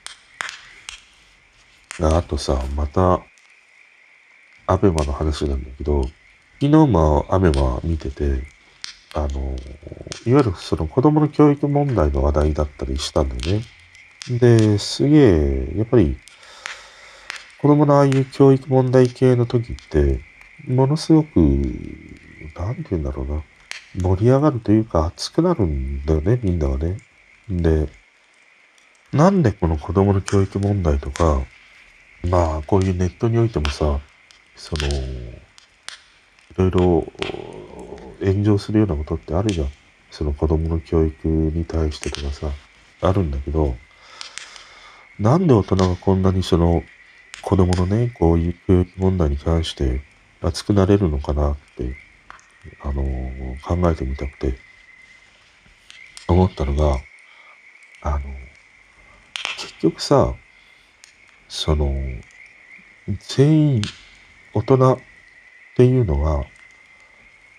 ああとさ、また、アベマの話なんだけど、昨日もアベマ見てて、あの、いわゆるその子供の教育問題の話題だったりしたんだよね。で、すげえ、やっぱり、子供のああいう教育問題系の時って、ものすごく、なんて言うんだろうな、盛り上がるというか熱くなるんだよね、みんながね。で、なんでこの子供の教育問題とか、まあ、こういうネットにおいてもさ、その、いろいろ炎上するようなことってあるじゃん。その子供の教育に対してとかさ、あるんだけど、なんで大人がこんなにその子供のね、こういう教育問題に関して熱くなれるのかなって、あのー考えてみたくて思ったのが、あの、結局さ、その、全員大人っていうのは、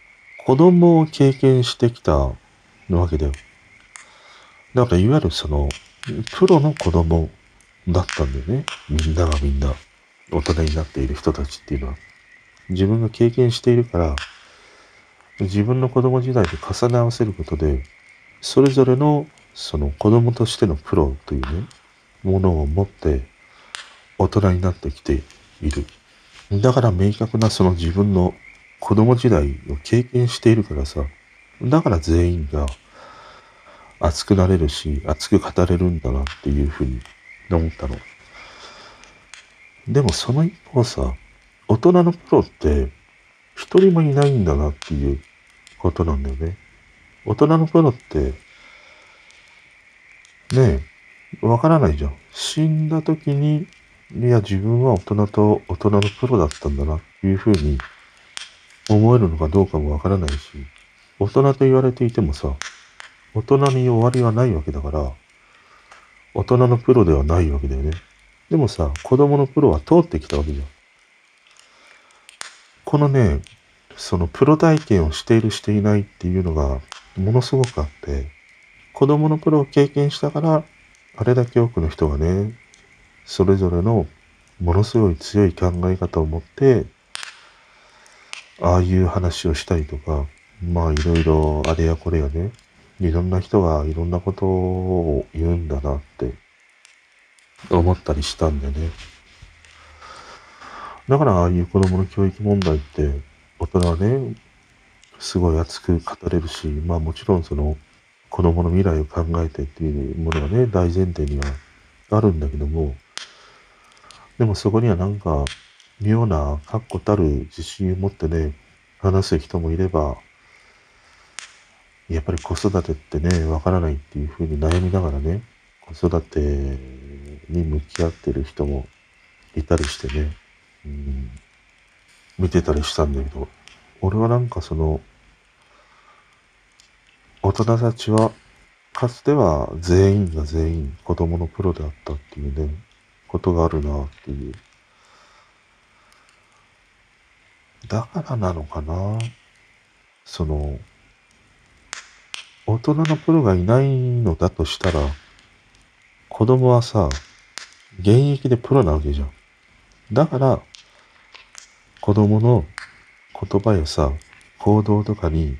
子供を経験してきたわけだよ。だからいわゆるその、プロの子供だったんだよね。みんながみんな、大人になっている人たちっていうのは。自分が経験しているから、自分の子供時代と重ね合わせることで、それぞれのその子供としてのプロというね、ものを持って大人になってきている。だから明確なその自分の子供時代を経験しているからさ、だから全員が熱くなれるし、熱く語れるんだなっていうふうに思ったの。でもその一方さ、大人のプロって一人もいないんだなっていうことなんだよね。大人のプロってねえ、わからないじゃん。死んだ時に、いや自分は大人と大人のプロだったんだなっていうふうに思えるのかどうかもわからないし、大人と言われていてもさ、大人に終わりはないわけだから、大人のプロではないわけだよね。でもさ、子供のプロは通ってきたわけじゃん。このね、そのプロ体験をしているしていないっていうのがものすごくあって、子供のプロを経験したから、あれだけ多くの人がね、それぞれのものすごい強い考え方を持って、ああいう話をしたりとか、まあいろいろあれやこれやね、いろんな人がいろんなことを言うんだなって思ったりしたんでね。だからああいう子供の教育問題って大人はね、すごい熱く語れるし、まあもちろんその子供の未来を考えてっていうものがね、大前提にはあるんだけども、でもそこにはなんか妙な確固たる自信を持ってね、話す人もいれば、やっぱり子育てってね、わからないっていうふうに悩みながらね、子育てに向き合ってる人もいたりしてね、うん、見てたりしたんだけど、俺はなんかその、大人たちは、かつては全員が全員子供のプロであったっていうね、ことがあるなっていう。だからなのかな。その、大人のプロがいないのだとしたら、子供はさ、現役でプロなわけじゃん。だから、子供の言葉やさ、行動とかに、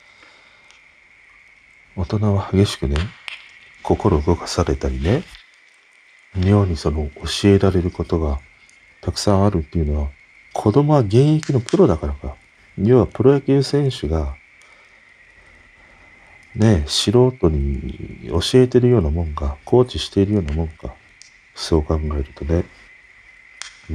大人は激しくね、心動かされたりね、妙にその教えられることがたくさんあるっていうのは、子供は現役のプロだからか。要はプロ野球選手が、ね、素人に教えてるようなもんか、コーチしているようなもんか。そう考えるとね。うん。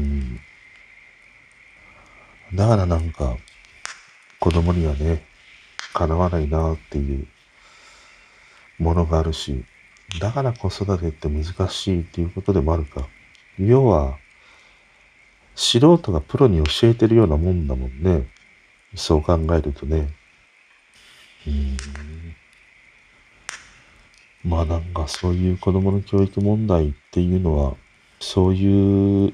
だからなんか、子供にはね、かなわないなっていうものがあるし、だから子育てって難しいっていうことでもあるか。要は、素人がプロに教えてるようなもんだもんね。そう考えるとね。うーん。まあなんかそういう子供の教育問題っていうのは、そういう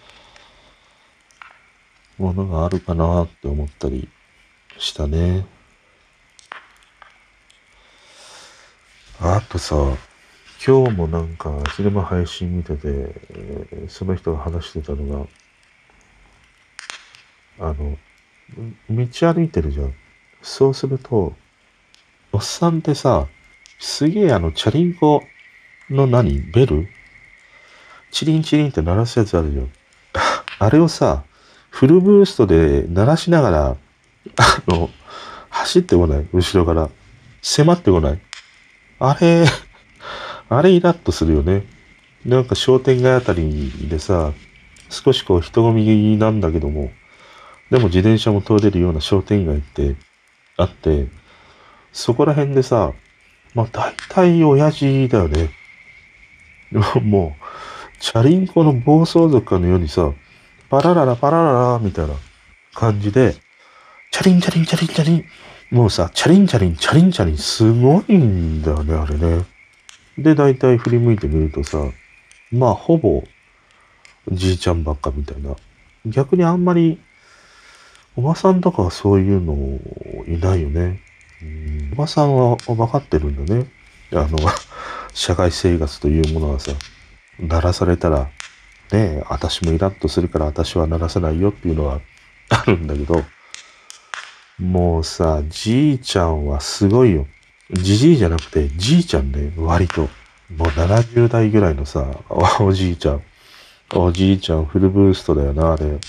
ものがあるかなって思ったりしたね。あとさ、今日もなんか昼間配信見てて、えーその人が話してたのが、あの、道歩いてるじゃん。そうすると、おっさんってさ、すげえあの、チャリンコの何ベルチリンチリンって鳴らすやつあるじゃん。あれをさ、フルブーストで鳴らしながら、あの、走ってこない後ろから。迫ってこない。あれ、あれイラッとするよね。なんか商店街あたりでさ、少しこう人混みなんだけども、でも自転車も通れるような商店街ってあって、そこら辺でさ、まあ大体親父だよね。もう、チャリンコの暴走族かのようにさ、パラララパラララみたいな感じで、チャリンチャリンチャリンチャリン。もうさ、チャリンチャリンチャリンチャリンすごいんだよね、あれね。で、大体振り向いてみるとさ、まあほぼじいちゃんばっかみたいな。逆にあんまりおばさんとかはそういうのいないよね。うん、おばさんは分かってるんだね。あの、社会生活というものはさ、鳴らされたら、ねえ、私もイラッとするから私は鳴らさないよっていうのはあるんだけど、もうさ、じいちゃんはすごいよ。じじいじゃなくて、じいちゃんね、割と。もうななじゅう代ぐらいのさ、おじいちゃん。おじいちゃんフルブーストだよな、あれ。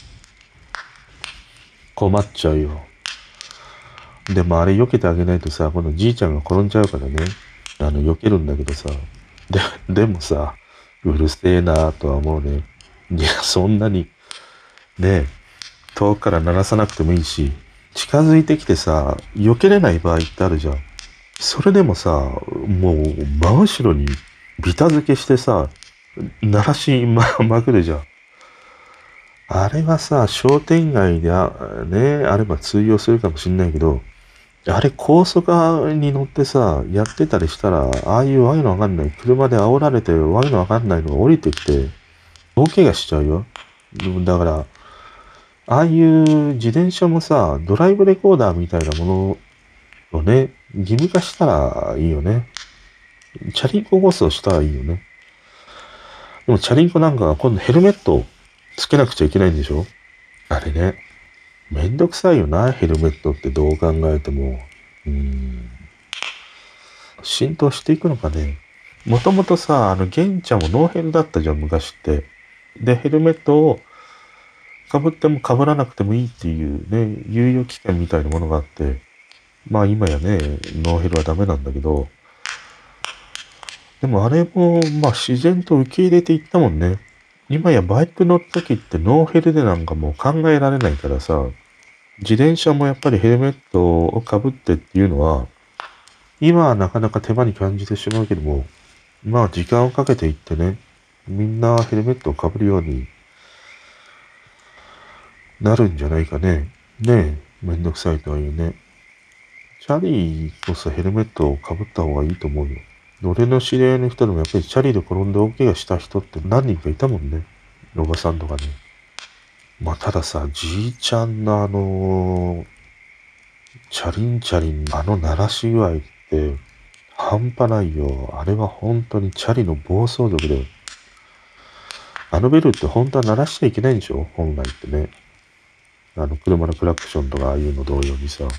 困っちゃうよ。でもあれ避けてあげないとさ、このじいちゃんが転んじゃうからね。あの、避けるんだけどさ。で、でもさ、うるせえなとは思うね。いや、そんなに、ね、遠くから鳴らさなくてもいいし、近づいてきてさ、避けれない場合ってあるじゃん。それでもさ、もう真後ろにビタ付けしてさ、鳴らしま、まくるじゃん。あれはさ、商店街であ、ね、あれば通用するかもしんないけど、あれ高速に乗ってさ、やってたりしたら、ああいうわいのわかんない、車で煽られてわいのわかんないのが降りてきて、大怪我しちゃうよ。だから、ああいう自転車もさ、ドライブレコーダーみたいなものをね、義務化したらいいよね。チャリンコ放送したらいいよね。でもチャリンコなんか今度ヘルメットつけなくちゃいけないんでしょ？あれね。めんどくさいよな、ヘルメットってどう考えても。うーん。浸透していくのかね。もともとさ、あの、玄ちゃんもノーヘルだったじゃん、昔って。で、ヘルメットを被っても被らなくてもいいっていうね、猶予期間みたいなものがあって、まあ今やね、ノーヘルはダメなんだけど、でもあれも、まあ自然と受け入れていったもんね。今やバイク乗るときってノーヘルでなんかもう考えられないからさ、自転車もやっぱりヘルメットをかぶってっていうのは、今はなかなか手間に感じてしまうけども、まあ時間をかけていってね、みんなヘルメットをかぶるようになるんじゃないかね。ねえ、めんどくさいとはいえね。チャリこそヘルメットをかぶった方がいいと思うよ。俺の知り合いの人でもやっぱりチャリで転んで大怪我した人って何人かいたもんね。おばさんとかね。まあたださ、じいちゃんのあのーチャリンチャリン、あの鳴らし具合って半端ないよ。あれは本当にチャリの暴走族で。あのベルって本当は鳴らしちゃいけないんでしょ？本来ってね。あの車のクラクションとかああいうの同様にさ。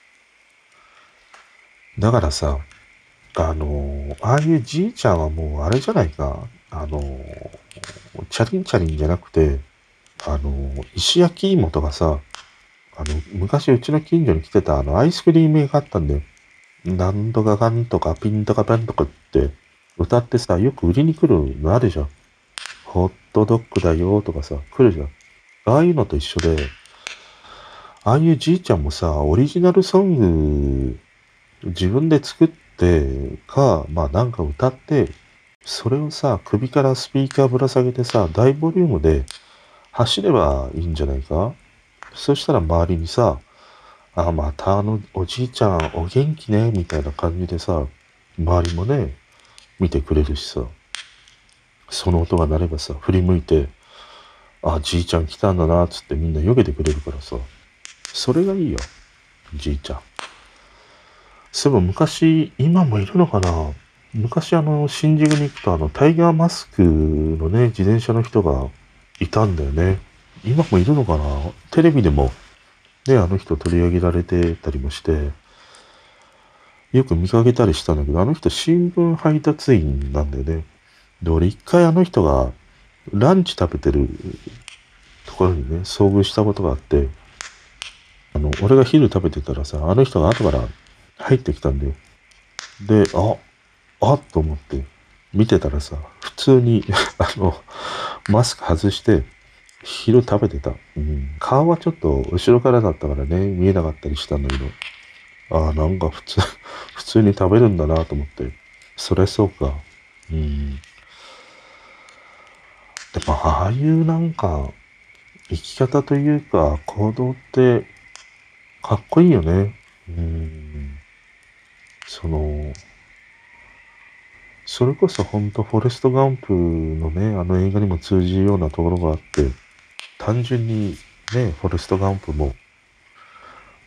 だからさ、あのー、ああいうじいちゃんはもうあれじゃないか。あのー、チャリンチャリンじゃなくて、あのー、石焼き芋とかさ、あの、昔うちの近所に来てたあのアイスクリーム屋があったんだよ。なんとかかんとかピンとかパンとかって歌ってさ、よく売りに来るのあるじゃん。ホットドッグだよとかさ、来るじゃん。ああいうのと一緒で、ああいうじいちゃんもさ、オリジナルソング自分で作ってか、まあなんか歌って、それをさ、首からスピーカーぶら下げてさ、大ボリュームで走ればいいんじゃないか？そしたら周りにさ、あ、またあのおじいちゃんお元気ね、みたいな感じでさ、周りもね、見てくれるしさ、その音が鳴ればさ、振り向いて、あ、じいちゃん来たんだな、つってみんな避けてくれるからさ、それがいいよ、じいちゃん。そういえば昔、今もいるのかな？昔あの、新宿に行くとあの、タイガーマスクのね、自転車の人がいたんだよね。今もいるのかな？テレビでもね、あの人取り上げられてたりもして、よく見かけたりしたんだけど、あの人新聞配達員なんだよね。で、俺一回あの人がランチ食べてるところにね、遭遇したことがあって、あの、俺が昼食べてたらさ、あの人が後から入ってきたんだよ。で、あ、あっと思って見てたらさ、普通にあの、マスク外して昼食べてた。うん。顔はちょっと後ろからだったからね、見えなかったりしたんだけど、ああ、なんか普通、普通に食べるんだなと思って。それそうか。うん。でも、ああいうなんか、生き方というか、行動って、かっこいいよね。うん。その、それこそほんとフォレストガンプのね、あの映画にも通じるようなところがあって、単純にね、フォレストガンプも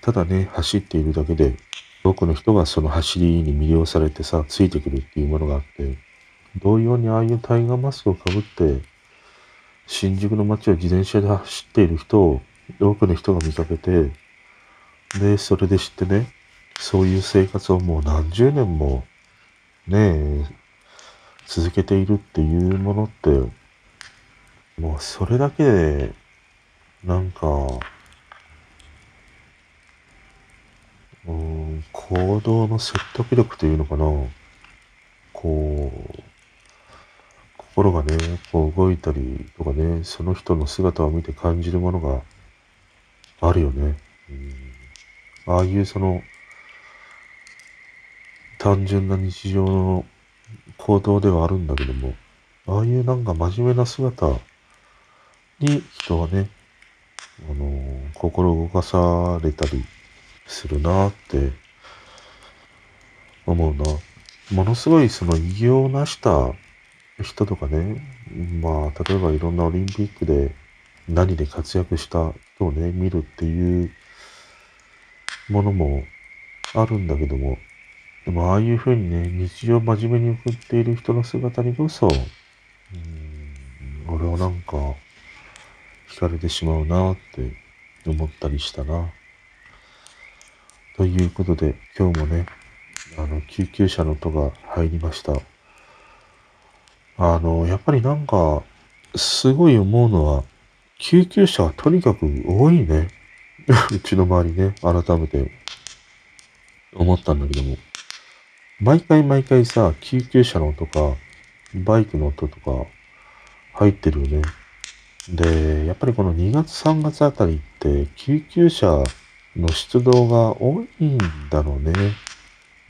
ただね、走っているだけで、多くの人がその走りに魅了されてさ、ついてくるっていうものがあって、同様にああいうタイガーマスクをかぶって、新宿の街を自転車で走っている人を多くの人が見かけて、で、それで知ってね、そういう生活をもう何十年もね、続けているっていうものって、もうそれだけで、なんか、うーん、行動の説得力というのかな。こう、心がね、こう動いたりとかね、その人の姿を見て感じるものがあるよね。うん、ああいうその、単純な日常の行動ではあるんだけども、ああいうなんか真面目な姿に人はね、あのー心動かされたりするなって思うな。ものすごいその偉業を成した人とかね、まあ、例えばいろんなオリンピックで何で活躍した人をね、見るっていうものもあるんだけども、でもああいうふうにね、日常真面目に送っている人の姿にこそ、うーん、俺はなんか惹かれてしまうなって思ったりしたな。ということで、今日もね、あの、救急車の音が入りました。あの、やっぱりなんか、すごい思うのは、救急車はとにかく多いね。うちの周りね、改めて思ったんだけども。毎回毎回さ、救急車の音か、バイクの音とか入ってるよね。で、やっぱりこのにがつさんがつあたりって、救急車の出動が多いんだろうね。うん。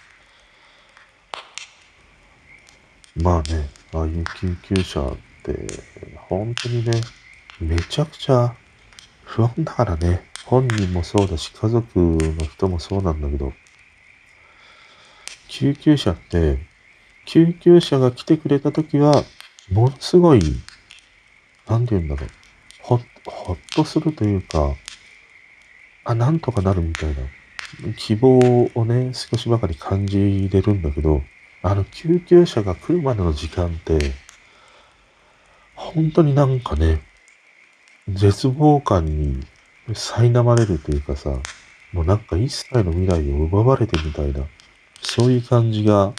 まあね、ああいう救急車って、本当にね、めちゃくちゃ不安だからね。本人もそうだし、家族の人もそうなんだけど、救急車って、救急車が来てくれたときは、ものすごい、なんて言うんだろう。ほ、ほっとするというか、あ、なんとかなるみたいな、希望をね、少しばかり感じれるんだけど、あの救急車が来るまでの時間って、本当になんかね、絶望感に苛まれるというかさ、もうなんか一切の未来を奪われてみたいな、そういう感じが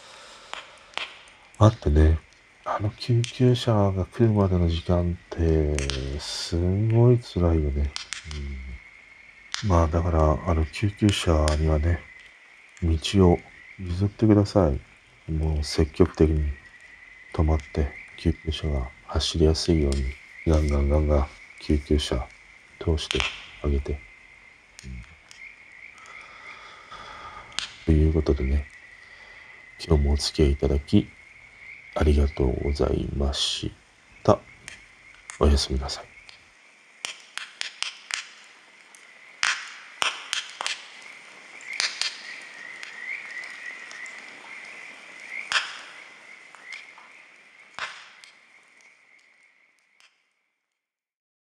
あってね、あの救急車が来るまでの時間って、すごい辛いよね。うん、まあだから、あの救急車にはね、道を譲ってください。もう積極的に止まって、救急車が走りやすいように、ガンガンガンガン救急車通してあげて。ということでね、今日もお付き合いいただき、ありがとうございました。おやすみなさい。